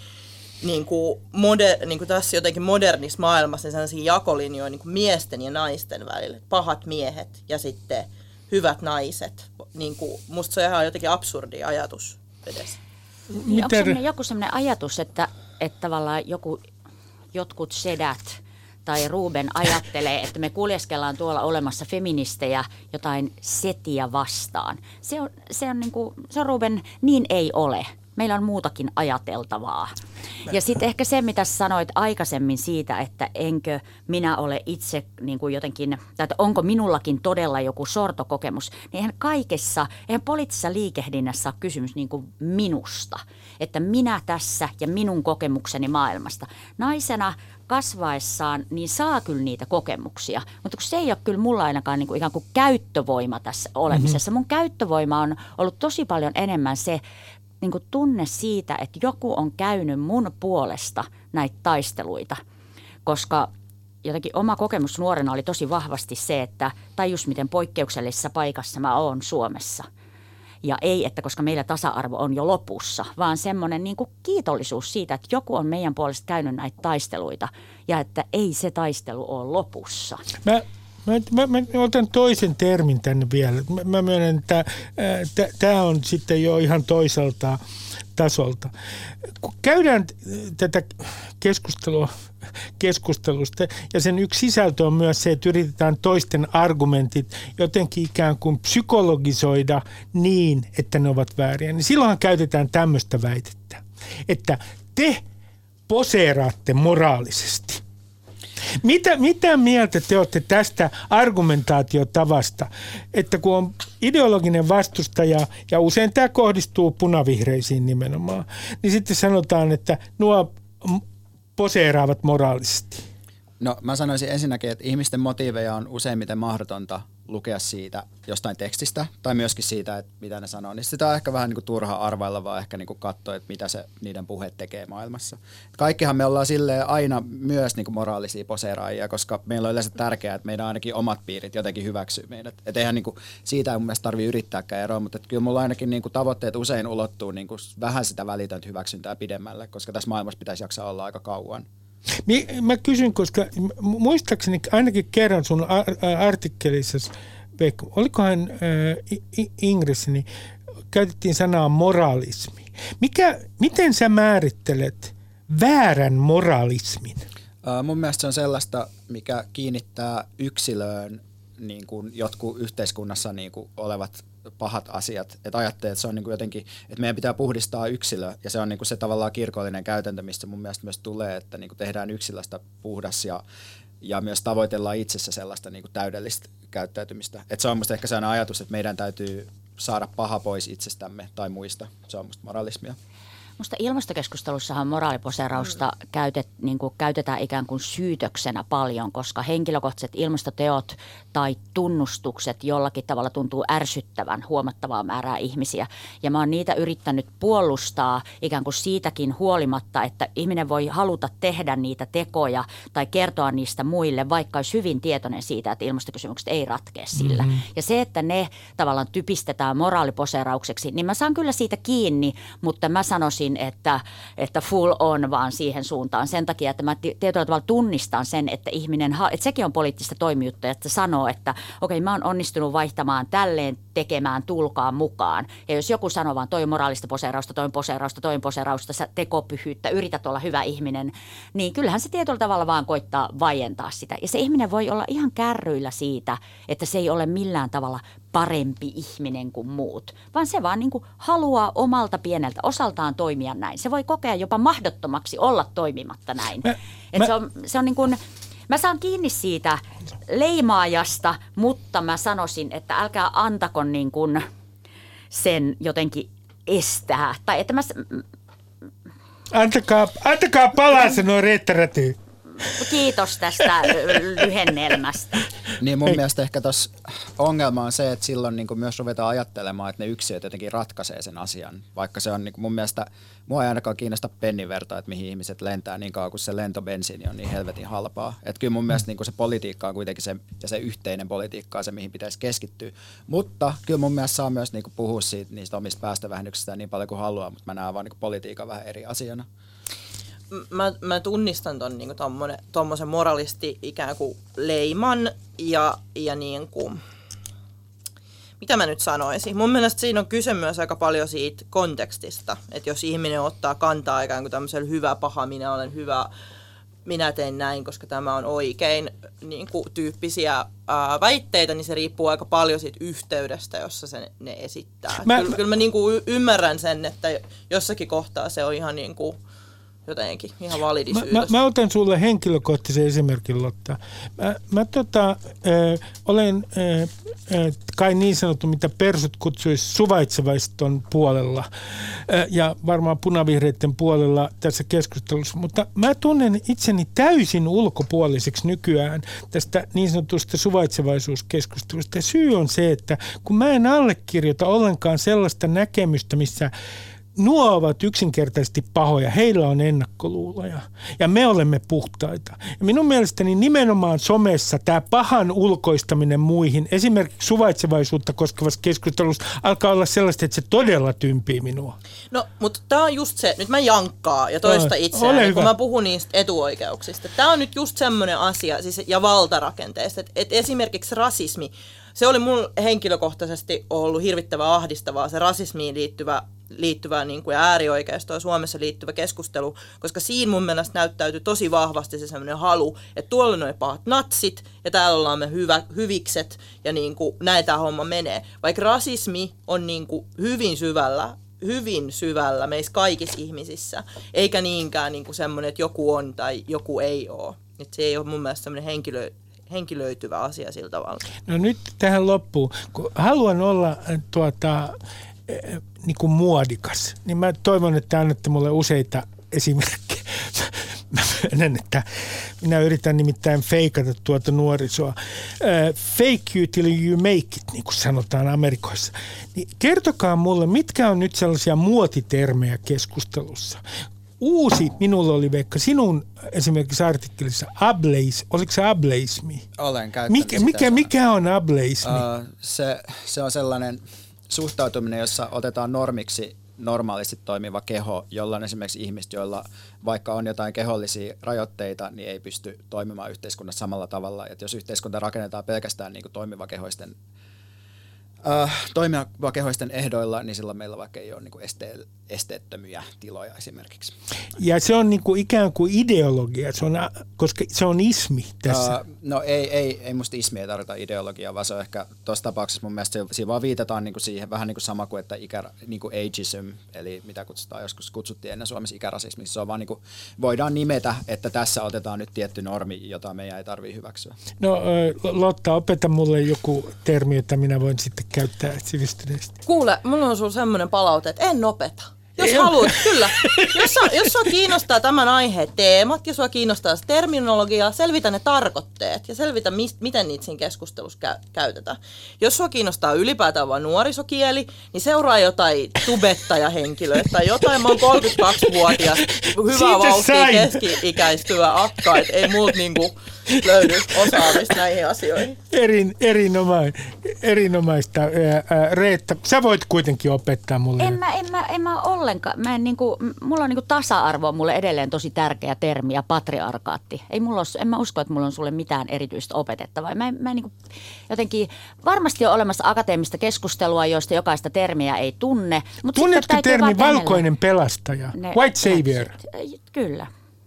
niinku moder, niinku tässä jotenkin modernissa maailmassa niin sellaisia jakolinjoja niinku miesten ja naisten välillä. Pahat miehet ja sitten hyvät naiset. Niinku, musta se on ihan jotenkin absurdi ajatus edes. Niin onko sellainen, joku sellainen ajatus, että, että tavallaan joku, jotkut sedät tai Ruben ajattelee, että me kuljeskellaan tuolla olemassa feministejä jotain setiä vastaan. Se on, se on, niin kuin, se on Ruben, niin ei ole. Meillä on muutakin ajateltavaa. Ja sitten ehkä se, mitä sanoit aikaisemmin siitä, että enkö minä ole itse niin kuin jotenkin, tai että onko minullakin todella joku sortokokemus, niin eihän kaikessa, eihän poliittisessa liikehdinnässä ole kysymys niin kuin minusta, että minä tässä ja minun kokemukseni maailmasta. Naisena kasvaessaan niin saa kyllä niitä kokemuksia, mutta kun se ei ole kyllä mulla ainakaan niin kuin ikään kuin käyttövoima tässä olemisessa. Mm-hmm. Mun käyttövoima on ollut tosi paljon enemmän se niin kuin tunne siitä, että joku on käynyt mun puolesta näitä taisteluita, koska jotenkin oma kokemus nuorena oli tosi vahvasti se, että tajus miten poikkeuksellisessa paikassa mä oon Suomessa. Ja ei, että koska meillä tasa-arvo on jo lopussa, vaan semmoinen niin kuin kiitollisuus siitä, että joku on meidän puolesta käynyt näitä taisteluita ja että ei se taistelu ole lopussa. Mä, Mä, mä, mä otan toisen termin tänne vielä. Mä, mä myönnän, että tämä on sitten jo ihan toiselta tasolta. Kun käydään tätä keskustelua keskustelusta ja sen yksi sisältö on myös se, että yritetään toisten argumentit jotenkin ikään kuin psykologisoida niin, että ne ovat vääriä, niin silloinhan käytetään tämmöistä väitettä, että te poseeraatte moraalisesti. Mitä, mitä mieltä te olette tästä argumentaatiotavasta, että kun on ideologinen vastustaja, ja usein tämä kohdistuu punavihreisiin nimenomaan, niin sitten sanotaan, että nuo poseeraavat moraalisesti? No mä sanoisin ensinnäkin, että ihmisten motiiveja on useimmiten mahdotonta lukea siitä jostain tekstistä tai myöskin siitä, että mitä ne sanoo. Niin sitä on ehkä vähän niin kuin turha arvailla, vaan ehkä niin kuin katsoa, että mitä se niiden puhe tekee maailmassa. Kaikkihan me ollaan silleen aina myös niin kuin moraalisia poseeraajia, koska meillä on yleensä tärkeää, että meidän ainakin omat piirit jotenkin hyväksyy meidät. Että eihän niin kuin siitä ei mun mielestä tarvitse yrittääkään eroa, mutta kyllä mulla ainakin niin kuin tavoitteet usein ulottuu niin kuin vähän sitä välitöntä hyväksyntää pidemmälle, koska tässä maailmassa pitäisi jaksaa olla aika kauan. Mä kysyn, koska muistaakseni ainakin kerran sun artikkelissa, Veikko, olikohan Ingressä, niin käytettiin sanaa moralismi. Mikä, miten sä määrittelet väärän moralismin? Uh, mun mielestä se on sellaista, mikä kiinnittää yksilöön niin kuin jotkut yhteiskunnassa niin kuin olevat pahat asiat, että ajattelee, että se on niin kuin jotenkin, että meidän pitää puhdistaa yksilö, ja se on niin kuin se tavallaan kirkollinen käytäntö, mistä mun mielestä myös tulee, että niin kuin tehdään yksilöstä puhdas ja, ja myös tavoitellaan itsessä sellaista niin kuin täydellistä käyttäytymistä. Että se on musta ehkä sellainen ajatus, että meidän täytyy saada paha pois itsestämme tai muista. Se on musta moralismia. Musta ilmastokeskustelussahan moraaliposeerausta mm. käytet, niin kuin käytetään ikään kuin syytöksenä paljon, koska henkilökohtaiset ilmastoteot tai tunnustukset jollakin tavalla tuntuu ärsyttävän huomattavaa määrää ihmisiä. Ja mä oon niitä yrittänyt puolustaa ikään kuin siitäkin huolimatta, että ihminen voi haluta tehdä niitä tekoja tai kertoa niistä muille, vaikka olisi hyvin tietoinen siitä, että ilmastokysymykset ei ratkea sillä. Mm-hmm. Ja se, että ne tavallaan typistetään moraaliposeeraukseksi, niin mä saan kyllä siitä kiinni, mutta mä sanoisin, Että, että full on vaan siihen suuntaan sen takia, että mä tietyllä tavalla tunnistan sen, että ihminen, että sekin on poliittista toimijuutta, että sanoo, että okei, okay, mä oon onnistunut vaihtamaan tälleen tekemään tulkaan mukaan. Ja jos joku sanoo vaan toi moraalista poseerausta, toi poseerausta, toi poseerausta, sä tekopyhyyttä, yrität olla hyvä ihminen, niin kyllähän se tietyllä tavalla vaan koittaa vaientaa sitä. Ja se ihminen voi olla ihan kärryillä siitä, että se ei ole millään tavalla parempi ihminen kuin muut, vaan se vaan niin kuin haluaa omalta pieneltä osaltaan toimia näin. Se voi kokea jopa mahdottomaksi olla toimimatta näin. Mä, mä, se on, se on niin kuin, mä saan kiinni siitä leimaajasta, mutta mä sanoisin, että älkää antako niin kuin sen jotenkin estää. Tai että mä, antakaa, antakaa palaa se noin reettärätyy. Kiitos tästä lyhennelmästä. Niin mun mielestä ehkä tuossa ongelma on se, että silloin niin kuin myös ruvetaan ajattelemaan, että ne yksilöt jotenkin ratkaisee sen asian. Vaikka se on niin kuin mun mielestä, mua ei ainakaan kiinnosta pennivertaa, että mihin ihmiset lentää niin kauan, kun se lentobensiini on niin helvetin halpaa. Että kyllä mun mielestä niin kuin se politiikka on kuitenkin se, ja se yhteinen politiikka on se, mihin pitäisi keskittyä. Mutta kyllä mun mielestä saa myös niin kuin puhua siitä, niistä omista päästövähennyksistä niin paljon kuin haluaa, mutta mä näen vaan niin kuin politiikan vähän eri asiana. Mä, mä tunnistan ton niinku tommosen moralisti ikään kuin leiman ja, ja niin kuin, mitä mä nyt sanoisin. Mun mielestä siinä on kyse myös aika paljon siitä kontekstista, että jos ihminen ottaa kantaa ikään kuin tämmöisellä hyvä, paha, minä olen hyvä, minä teen näin, koska tämä on oikein niin kuin tyyppisiä ää, väitteitä, niin se riippuu aika paljon siitä yhteydestä, jossa se ne esittää. Mä, kyllä, kyllä mä niin kuin ymmärrän sen, että jossakin kohtaa se on ihan niin kuin jotenkin ihan validi syytös. Mä, mä, mä otan sulle henkilökohtaisen esimerkin, Lotta. Mä, mä tota, äh, olen äh, äh, kai niin sanottu, mitä persut kutsuisi suvaitsevaiston puolella äh, ja varmaan punavihreiden puolella tässä keskustelussa, mutta mä tunnen itseni täysin ulkopuoliseksi nykyään tästä niin sanotusta suvaitsevaisuuskeskustelusta. Ja syy on se, että kun mä en allekirjoita ollenkaan sellaista näkemystä, missä nuo ovat yksinkertaisesti pahoja. Heillä on ennakkoluuloja ja me olemme puhtaita. Ja minun mielestäni nimenomaan somessa tämä pahan ulkoistaminen muihin, esimerkiksi suvaitsevaisuutta koskevassa keskustelussa, alkaa olla sellaista, että se todella tympii minua. No, mutta tämä on just se, nyt mä jankkaan ja toista no, itseäni, kun mä puhun niistä etuoikeuksista. Tämä on nyt just semmoinen asia siis, ja valtarakenteesta, että, että esimerkiksi rasismi, se oli mun henkilökohtaisesti ollut hirvittävän ahdistavaa, se rasismiin liittyvä liittyvä niin kuin äärioikeistoon Suomessa liittyvä keskustelu, koska siinä mun mielestä näyttäytyi tosi vahvasti se semmoinen halu, että tuolla on noin pahat natsit ja täällä ollaan me hyvä, hyvikset ja niin kuin näin tämä homma menee. Vaikka rasismi on niin kuin hyvin syvällä, hyvin syvällä meissä kaikissa ihmisissä, eikä niinkään niin kuin semmoinen, että joku on tai joku ei ole. Että se ei ole mun mielestä semmoinen henkilö, henkilöityvä asia sillä tavalla. No nyt tähän loppuun, kun haluan olla tuota... niin kuin muodikas, niin mä toivon, että annatte mulle useita esimerkkejä. Mä myönnän, että minä yritän nimittäin feikata tuota nuorisoa. Fake you till you make it, niin kuin sanotaan Amerikoissa. Niin kertokaa mulle, mitkä on nyt sellaisia muotitermejä keskustelussa. Uusi minulla oli Veikka sinun esimerkiksi artikkelissa ableismi. Oliko se ableismi? Olen käyttänyt mikä, mikä, mikä on ableismi? Uh, se, se on sellainen suhtautuminen, jossa otetaan normiksi normaalisti toimiva keho, jolla on esimerkiksi ihmiset, joilla vaikka on jotain kehollisia rajoitteita, niin ei pysty toimimaan yhteiskunnassa samalla tavalla. Et jos yhteiskunta rakennetaan pelkästään niin kuin toimivakehoisten, äh, toimivakehoisten ehdoilla, niin silloin meillä vaikka ei ole niin kuin este- esteettömiä tiloja esimerkiksi. Ja se on niin kuin ikään kuin ideologia, se on, koska se on ismi tässä. Uh, no ei, ei, ei musta ismi ei tarvita ideologiaa, vaan se on ehkä tuossa tapauksessa mun mielestä siinä vaan viitataan niin kuin siihen vähän niin kuin sama kuin, että ikä, niin kuin ageism, eli mitä kutsutaan, joskus kutsuttiin ennen Suomessa ikärasismiksi. Se on vaan niin kuin, voidaan nimetä, että tässä otetaan nyt tietty normi, jota meidän ei tarvitse hyväksyä. No Lotta, opeta mulle joku termi, jota minä voin sitten käyttää sivistyneesti. Kuule, mulla on sulla semmoinen palaute, että en opeta. Jos haluat, kyllä. Jos, jos sua kiinnostaa tämän aiheen teemat ja sua kiinnostaa se terminologia, selvitä ne tarkoitteet ja selvitä, mist, miten niitä siinä keskustelussa kä- käytetään. Jos sua kiinnostaa ylipäätään vain nuorisokieli, niin seuraa jotain tubettajahenkilöä tai jotain. Mä oon kolmekymmentäkaksivuotias, hyvää vauhtia keski-ikäistyvä akka, et ei multa niinku löydy osaamista näihin asioihin. Erin, erinomaista. erinomaista. Reetta, sä voit kuitenkin opettaa mulle. En mä, en mä, en mä ollenkaan. Mä en niinku, mulla on niinku tasa-arvo on mulle edelleen tosi tärkeä termi ja patriarkaatti. Ei mulla ole, en mä usko, että mulla on sulle mitään erityistä opetettavaa. Mä, mä niinku, jotenkin, varmasti on olemassa akateemista keskustelua, joista jokaista termiä ei tunne. Tunnetko termi valkoinen pelastaja? Ne, White savior? Kyllä.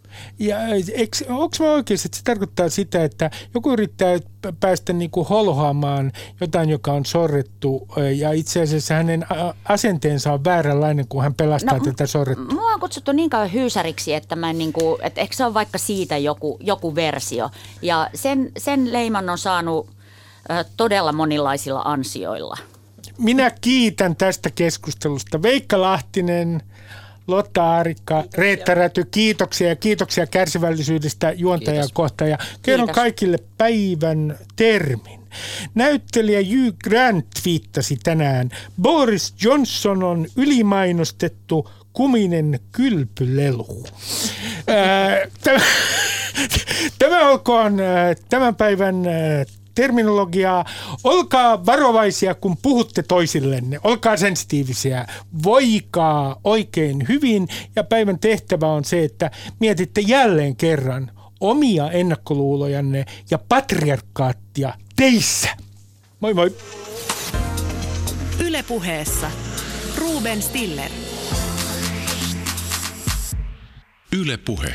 Ja onko mä oikeassa, että se tarkoittaa sitä, että joku yrittää päästä niinku holhoamaan jotain, joka on sorrettu, ja itse asiassa hänen asenteensa on vääränlainen, kun hän pelastaa no, tätä sorrettua? Mua on kutsuttu niin kauan hyysäriksi, että mä niinku, että eikö se ole vaikka siitä joku, joku versio. Ja sen, sen leiman on saanut äh, todella monilaisilla ansioilla. Minä kiitän tästä keskustelusta. Veikka Lahtinen, Lotta Aarikka, Reetta Räty, kiitoksia ja kiitoksia kärsivällisyydestä juontajaa kohtaan. Ja kerron Kiitos. kaikille päivän termin. Näyttelijä Hugh Grant twiittasi tänään: Boris Johnson on ylimainostettu kuminen kylpylelu. Tämä, tämä olkoon tämän päivän terminologiaa. Olkaa varovaisia, kun puhutte toisillenne. Olkaa sensitiivisiä. Voikaa oikein hyvin. Ja päivän tehtävä on se, että mietitte jälleen kerran omia ennakkoluulojanne ja patriarkaattia teissä. Moi moi. Yle Puheessa Ruben Stiller. Yle Puhe.